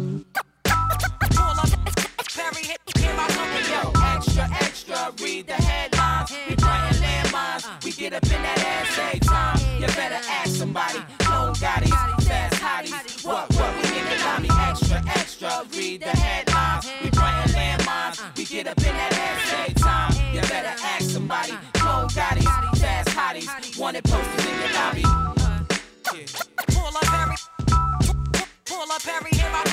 Perry, hit, hit my number, yo. Extra, extra, read the headlines. We playing landmines, we get up in that ass every time. You better ask somebody. Long Gottis, fast hotties. What, what, we in the lobby. Extra, extra, read the headlines. We playing landmines, we get up in that ass every time. You better ask somebody. Long Gottis, fast hotties. Wanted posters in your lobby. Pull up, Perry. Pull up, Perry, hit my